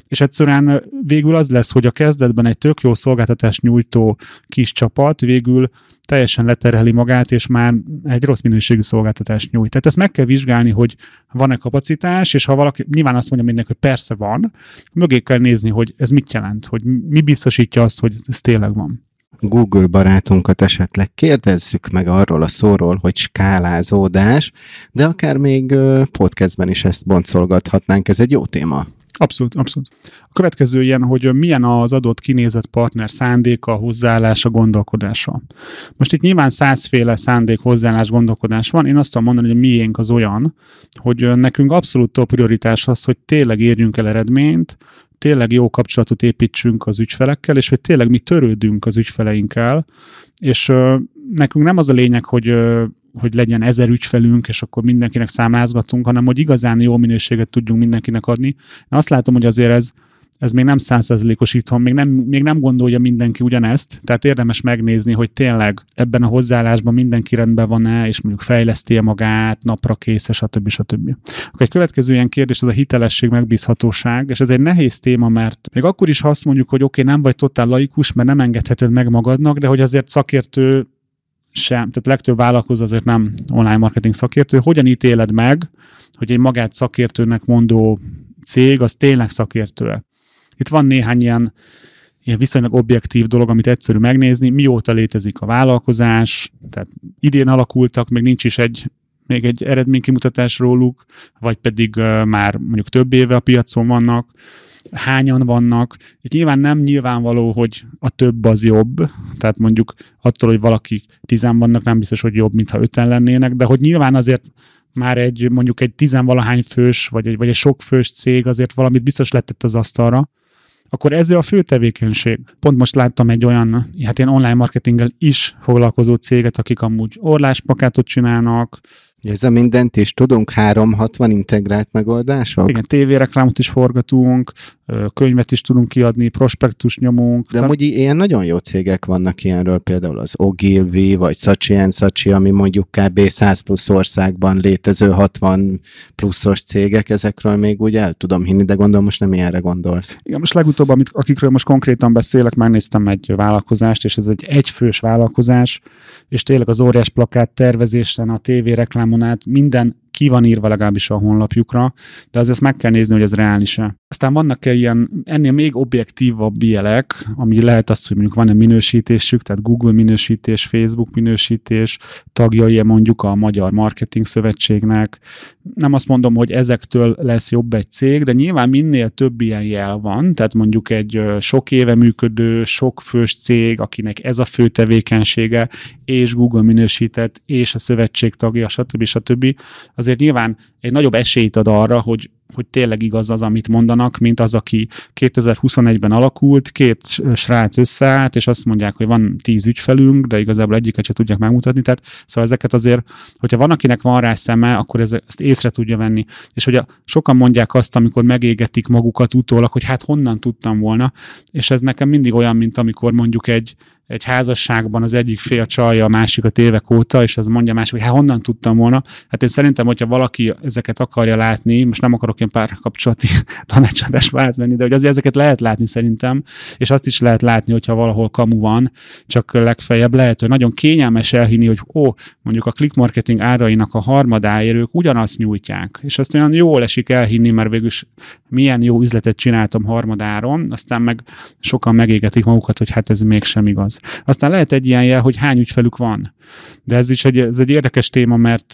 És egyszerűen végül az lesz, hogy a kezdetben egy tök jó szolgáltatást nyújtó kis csapat végül teljesen leterheli magát, és már egy rossz minőségű szolgáltatást nyújt. Tehát ezt meg kell vizsgálni, hogy van-e kapacitás, és ha valaki, nyilván azt mondja mindenki, hogy persze van, mögé kell nézni, hogy ez mit jelent, hogy mi biztosítja azt, hogy ez tényleg van. Google barátunkat esetleg kérdezzük meg arról a szóról, hogy skálázódás, de akár még podcastben is ezt boncolgathatnánk, ez egy jó téma. Abszolút, abszolút. A következő ilyen, hogy milyen az adott kinézett partner szándéka, hozzáállása, gondolkodása. Most itt nyilván százféle szándék, hozzáállás, gondolkodás van. Én azt tudom mondani, hogy a miénk az olyan, hogy nekünk abszolút top prioritás az, hogy tényleg érjünk el eredményt, tényleg jó kapcsolatot építsünk az ügyfelekkel, és hogy tényleg mi törődünk az ügyfeleinkkel, és uh, nekünk nem az a lényeg, hogy, uh, hogy legyen ezer ügyfelünk, és akkor mindenkinek számlázgatunk, hanem hogy igazán jó minőséget tudjunk mindenkinek adni. Én azt látom, hogy azért ez, ez még nem száz százalékos itthon, még nem, még nem gondolja mindenki ugyanezt, tehát érdemes megnézni, hogy tényleg ebben a hozzáállásban mindenki rendben van-e, és mondjuk fejleszti magát, napra készes, stb. stb. Akkor egy következő ilyen kérdés az a hitelesség, megbízhatóság, és ez egy nehéz téma, mert még akkor is, ha azt mondjuk, hogy oké, okay, nem vagy totál laikus, mert nem engedheted meg magadnak, de hogy azért szakértő sem, tehát legtöbb vállalkozó azért nem online marketing szakértő, hogyan ítéled meg, hogy egy magát szakértőnek mondó cég, az tényleg szakértő. Itt van néhány ilyen, ilyen viszonylag objektív dolog, amit egyszerű megnézni, mióta létezik a vállalkozás, tehát idén alakultak, még nincs is egy, még egy eredménykimutatás róluk, vagy pedig uh, már mondjuk több éve a piacon vannak, hányan vannak. Itt nyilván nem nyilvánvaló, hogy a több az jobb, tehát mondjuk attól, hogy valaki tizen vannak, nem biztos, hogy jobb, mintha öten lennének, de hogy nyilván azért már egy mondjuk egy tizenvalahány fős, vagy egy, vagy egy sok fős cég azért valamit biztos letett az asztalra, akkor ez a fő tevékenység. Pont most láttam egy olyan, hát ilyen online marketinggel is foglalkozó céget, akik amúgy orlásplakátot csinálnak. Ez a mindent is tudunk, háromszázhatvan integrált megoldások? Igen, tévéreklámot is forgatunk, könyvet is tudunk kiadni, prospektus nyomunk. De amúgy ilyen nagyon jó cégek vannak ilyenről, például az Ogilvy, vagy Saatchi and Saatchi, ami mondjuk kb. száz plusz országban létező hatvan pluszos cégek, ezekről még úgy el tudom hinni, de gondolom most nem ilyenre gondolsz. Igen, most legutóbb, amit, akikről most konkrétan beszélek, megnéztem egy vállalkozást, és ez egy egyfős vállalkozás, és tényleg az óriás plakát tervezésen, a tévéreklámon át minden ki van írva legalábbis a honlapjukra, de azért ezt meg kell nézni, hogy ez reális-e. Aztán vannak-e ilyen ennél még objektívabb jelek, ami lehet az, hogy mondjuk van-e minősítésük, tehát Google minősítés, Facebook minősítés, tagjai mondjuk a Magyar Marketing Szövetségnek. Nem azt mondom, hogy ezektől lesz jobb egy cég, de nyilván minél több ilyen jel van, tehát mondjuk egy sok éve működő, sok fős cég, akinek ez a fő tevékenysége, és Google minősített, és a szövetség tagja, stb. stb. Azért nyilván egy nagyobb esélyt ad arra, hogy, hogy tényleg igaz az, amit mondanak, mint az, aki kétezer-huszonegyben alakult, két srác összeállt, és azt mondják, hogy van tíz ügyfelünk, de igazából egyiket se tudják megmutatni. Tehát szóval ezeket azért, hogyha van, akinek van rá szeme, akkor ez, ezt észre tudja venni. És hogy a, sokan mondják azt, amikor megégetik magukat utólag, hogy hát honnan tudtam volna, és ez nekem mindig olyan, mint amikor mondjuk egy egy házasságban az egyik fél csalja a másikat évek óta, és az mondja másik, hogy hát honnan tudtam volna. Hát én szerintem, hogyha valaki ezeket akarja látni, most nem akarok én párkapcsolati tanácsadásba átvenni, de hogy azért ezeket lehet látni szerintem, és azt is lehet látni, hogyha valahol kamu van, csak legfeljebb lehet, hogy nagyon kényelmes elhinni, hogy ó, mondjuk a click marketing árainak a harmadáért ők ugyanazt nyújtják, és azt olyan jól esik elhinni, mert végülis milyen jó üzletet csináltam harmadáron, aztán meg sokan megégetik magukat, hogy hát ez mégsem igaz. Aztán lehet egy ilyen jel, hogy hány ügyfelük van. De ez is egy, ez egy érdekes téma, mert,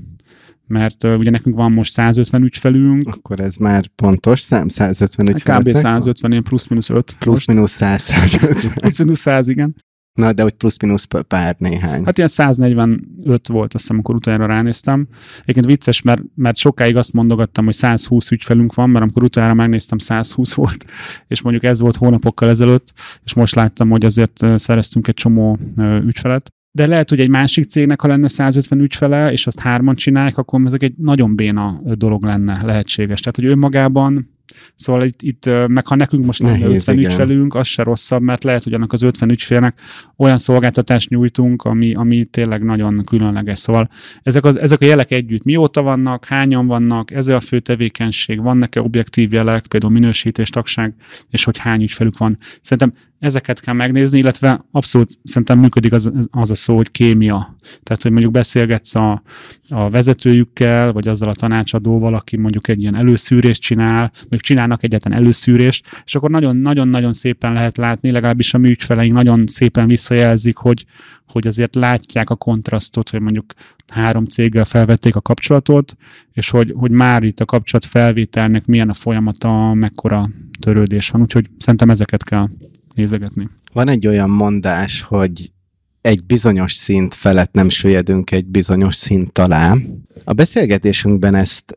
mert ugye nekünk van most százötven ügyfelünk. Akkor ez már pontos szám, százötven ügyfelek? kb. százötven, ilyen plusz-minusz öt. Plusz-minusz száz, százötven. Plusz-minusz száz, igen. Na, de hogy plusz-minusz pár néhány. Hát ilyen száznegyvenöt volt, azt hiszem, amikor utoljára ránéztem. Egyébként vicces, mert, mert sokáig azt mondogattam, hogy százhúsz ügyfelünk van, mert amikor utoljára megnéztem, százhúsz volt, és mondjuk ez volt hónapokkal ezelőtt, és most láttam, hogy azért szereztünk egy csomó ügyfelet. De lehet, hogy egy másik cégnek, ha lenne százötven ügyfele, és azt hárman csinálják, akkor ezek egy nagyon béna dolog lenne lehetséges. Tehát, hogy önmagában Szóval itt, itt meg ha nekünk most lenne ötven igen. ügyfelünk, az se rosszabb, mert lehet, hogy annak az ötven ügyfélnek olyan szolgáltatást nyújtunk, ami, ami tényleg nagyon különleges. Szóval ezek, az, ezek a jelek együtt mióta vannak, hányan vannak, ez a fő tevékenység, vannak-e objektív jelek, például minősítés, tagság, és hogy hány ügyfelük van. Szerintem ezeket kell megnézni, illetve abszolút szerintem működik az, az a szó, hogy kémia. Tehát, hogy mondjuk beszélgetsz a, a vezetőjükkel, vagy azzal a tanácsadóval, aki mondjuk egy ilyen előszűrést csinál, még csinálnak egyáltalán előszűrést, és akkor nagyon-nagyon szépen lehet látni, legalábbis a mi ügyfeleink nagyon szépen visszajelzik, hogy, hogy azért látják a kontrasztot, hogy mondjuk három céggel felvették a kapcsolatot, és hogy, hogy már itt a kapcsolat felvételnek milyen a folyamata, mekkora törődés van. Úgyhogy szerintem ezeket kell nézegetni. Van egy olyan mondás, hogy egy bizonyos szint felett nem süllyedünk egy bizonyos szint alá. A beszélgetésünkben ezt,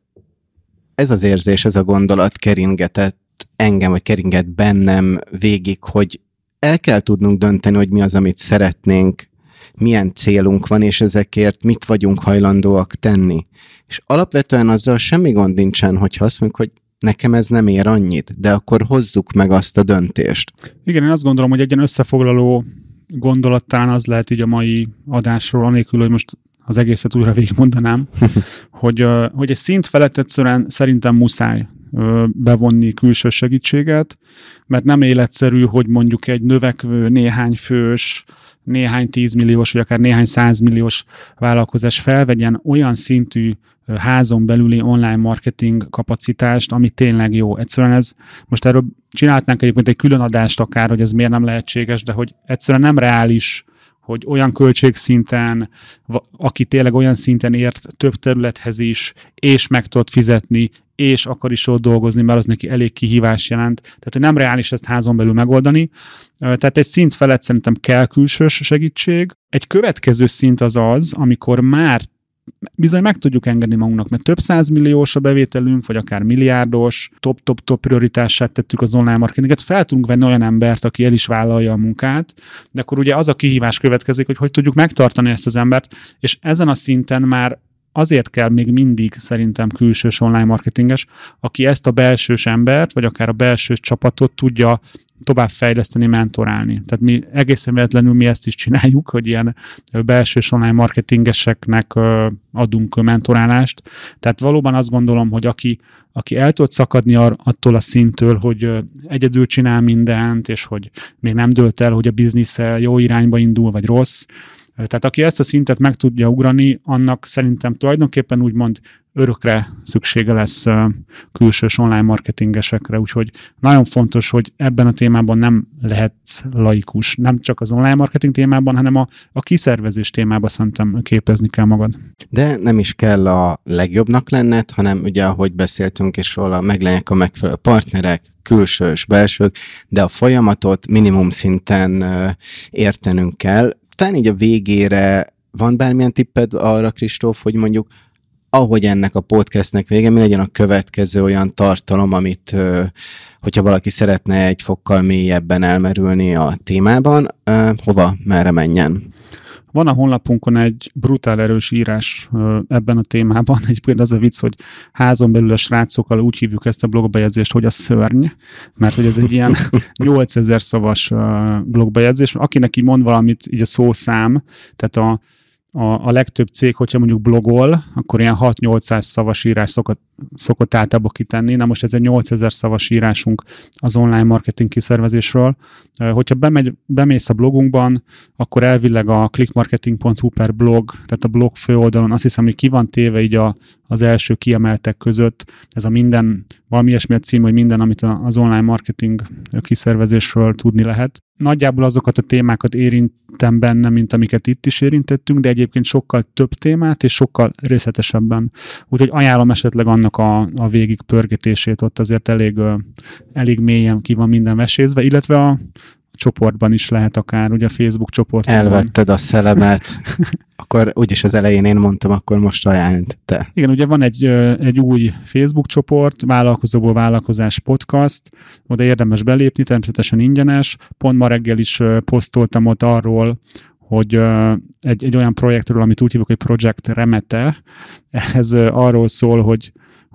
ez az érzés, ez a gondolat keringetett engem, vagy keringet bennem végig, hogy el kell tudnunk dönteni, hogy mi az, amit szeretnénk, milyen célunk van, és ezekért mit vagyunk hajlandóak tenni. És alapvetően azzal semmi gond nincsen, hogyha azt mondjuk, hogy nekem ez nem ér annyit, de akkor hozzuk meg azt a döntést. Igen, én azt gondolom, hogy egy ilyen összefoglaló gondolat talán az lehet így a mai adásról, anélkül, hogy most az egészet újra végigmondanám, hogy, hogy egy szint felett egyszerűen szerintem muszáj bevonni külső segítséget, mert nem életszerű, hogy mondjuk egy növekvő, néhány fős, néhány tízmilliós, vagy akár néhány százmilliós vállalkozás felvegyen olyan szintű házon belüli online marketing kapacitást, ami tényleg jó. Egyszerűen ez, most erről csinálhatnánk egyébként egy külön adást akár, hogy ez miért nem lehetséges, de hogy egyszerűen nem reális, hogy olyan költségszinten, aki tényleg olyan szinten ért több területhez is, és meg tudod fizetni, és akar is ott dolgozni, mert az neki elég kihívást jelent. Tehát, hogy nem reális ezt házon belül megoldani. Tehát egy szint felett szerintem kell külsős segítség. Egy következő szint az az, amikor már bizony meg tudjuk engedni magunknak, mert több százmilliós a bevételünk, vagy akár milliárdos, top-top-top prioritását tettük az online marketinget, fel tudunk venni olyan embert, aki el is vállalja a munkát, de akkor ugye az a kihívás következik, hogy hogy tudjuk megtartani ezt az embert, és ezen a szinten már azért kell még mindig szerintem külsős online marketinges, aki ezt a belsős embert, vagy akár a belsős csapatot tudja továbbfejleszteni, mentorálni. Tehát mi egészen véletlenül mi ezt is csináljuk, hogy ilyen belsős online marketingeseknek adunk mentorálást. Tehát valóban azt gondolom, hogy aki, aki el tud szakadni attól a szinttől, hogy egyedül csinál mindent, és hogy még nem dölt el, hogy a biznisze jó irányba indul, vagy rossz. Tehát aki ezt a szintet meg tudja ugrani, annak szerintem tulajdonképpen úgymond örökre szüksége lesz külsős online marketingesekre, úgyhogy nagyon fontos, hogy ebben a témában nem lehetsz laikus, nem csak az online marketing témában, hanem a, a kiszervezés témában szerintem képezni kell magad. De nem is kell a legjobbnak lenned, hanem ugye, ahogy beszéltünk is róla, meglegyenek a megfelelő partnerek, külsős, belsők, de a folyamatot minimum szinten értenünk kell. Talán így a végére van bármilyen tipped arra, Kristóf, hogy mondjuk ahogy ennek a podcastnek vége, mi legyen a következő olyan tartalom, amit, hogyha valaki szeretne egy fokkal mélyebben elmerülni a témában, hova, merre menjen? Van a honlapunkon egy brutál erős írás ebben a témában. Egyébként az a vicc, hogy házon belül a srácokkal úgy hívjuk ezt a blogbejegyzést, hogy a szörny, mert hogy ez egy ilyen nyolcezer szavas blogbejegyzés. Akinek így mond valamit, így a szószám, tehát a A, a legtöbb cég, hogyha mondjuk blogol, akkor ilyen hat-nyolcszáz szavas írás szokott, szokott általában kitenni. Na most ez egy nyolcezer szavas írásunk az online marketing kiszervezésről. Hogyha bemegy, bemész a blogunkban, akkor elvileg a clickmarketing pont hu per blog, tehát a blog főoldalon azt hiszem, hogy ki van téve így a, az első kiemeltek között. Ez a minden, valami ilyesmi a cím, hogy minden, amit az online marketing kiszervezésről tudni lehet. Nagyjából azokat a témákat érintem benne, mint amiket itt is érintettünk, de egyébként sokkal több témát, és sokkal részletesebben. Úgyhogy ajánlom esetleg annak a, a végig pörgetését, ott azért elég, elég mélyen ki van minden vesézve, illetve a csoportban is lehet akár, ugye a Facebook csoportban. Elvetted a szelemet. Akkor úgyis az elején én mondtam, akkor most ajánlt te. Igen, ugye van egy, egy új Facebook csoport, Vállalkozóból Vállalkozás Podcast, oda érdemes belépni, természetesen ingyenes. Pont ma reggel is posztoltam ott arról, hogy egy, egy olyan projektről, amit úgy hívjuk, hogy Project Remete, ez arról szól, hogy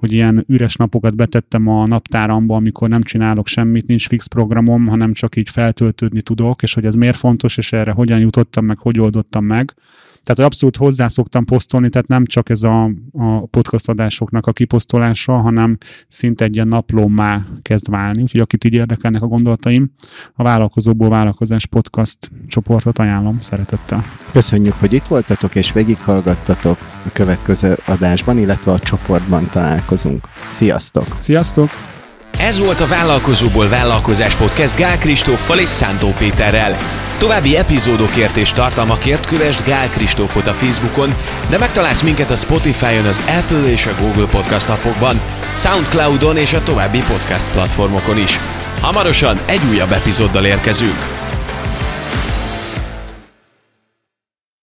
hogy ilyen üres napokat betettem a naptáramba, amikor nem csinálok semmit, nincs fix programom, hanem csak így feltöltődni tudok, és hogy ez miért fontos, és erre hogyan jutottam meg, hogy oldottam meg. Tehát, hogy abszolút hozzá szoktam posztolni, tehát nem csak ez a, a podcast adásoknak a kiposztolása, hanem szinte egy ilyen naplómmá kezd válni. Úgyhogy akit így érdekelnek a gondolataim, a Vállalkozóból Vállalkozás podcast csoportot ajánlom szeretettel. Köszönjük, hogy itt voltatok és végighallgattatok. A következő adásban, illetve a csoportban találkozunk. Sziasztok! Sziasztok! Ez volt a Vállalkozóból Vállalkozás podcast Gál Kristóffal és Szántó Péterrel. További epizódokért és tartalmakért kövesd Gál Kristófot a Facebookon, de megtalálsz minket a Spotify-on, az Apple és a Google Podcast appokban, Soundcloudon és a további podcast platformokon is. Hamarosan egy újabb epizóddal érkezünk.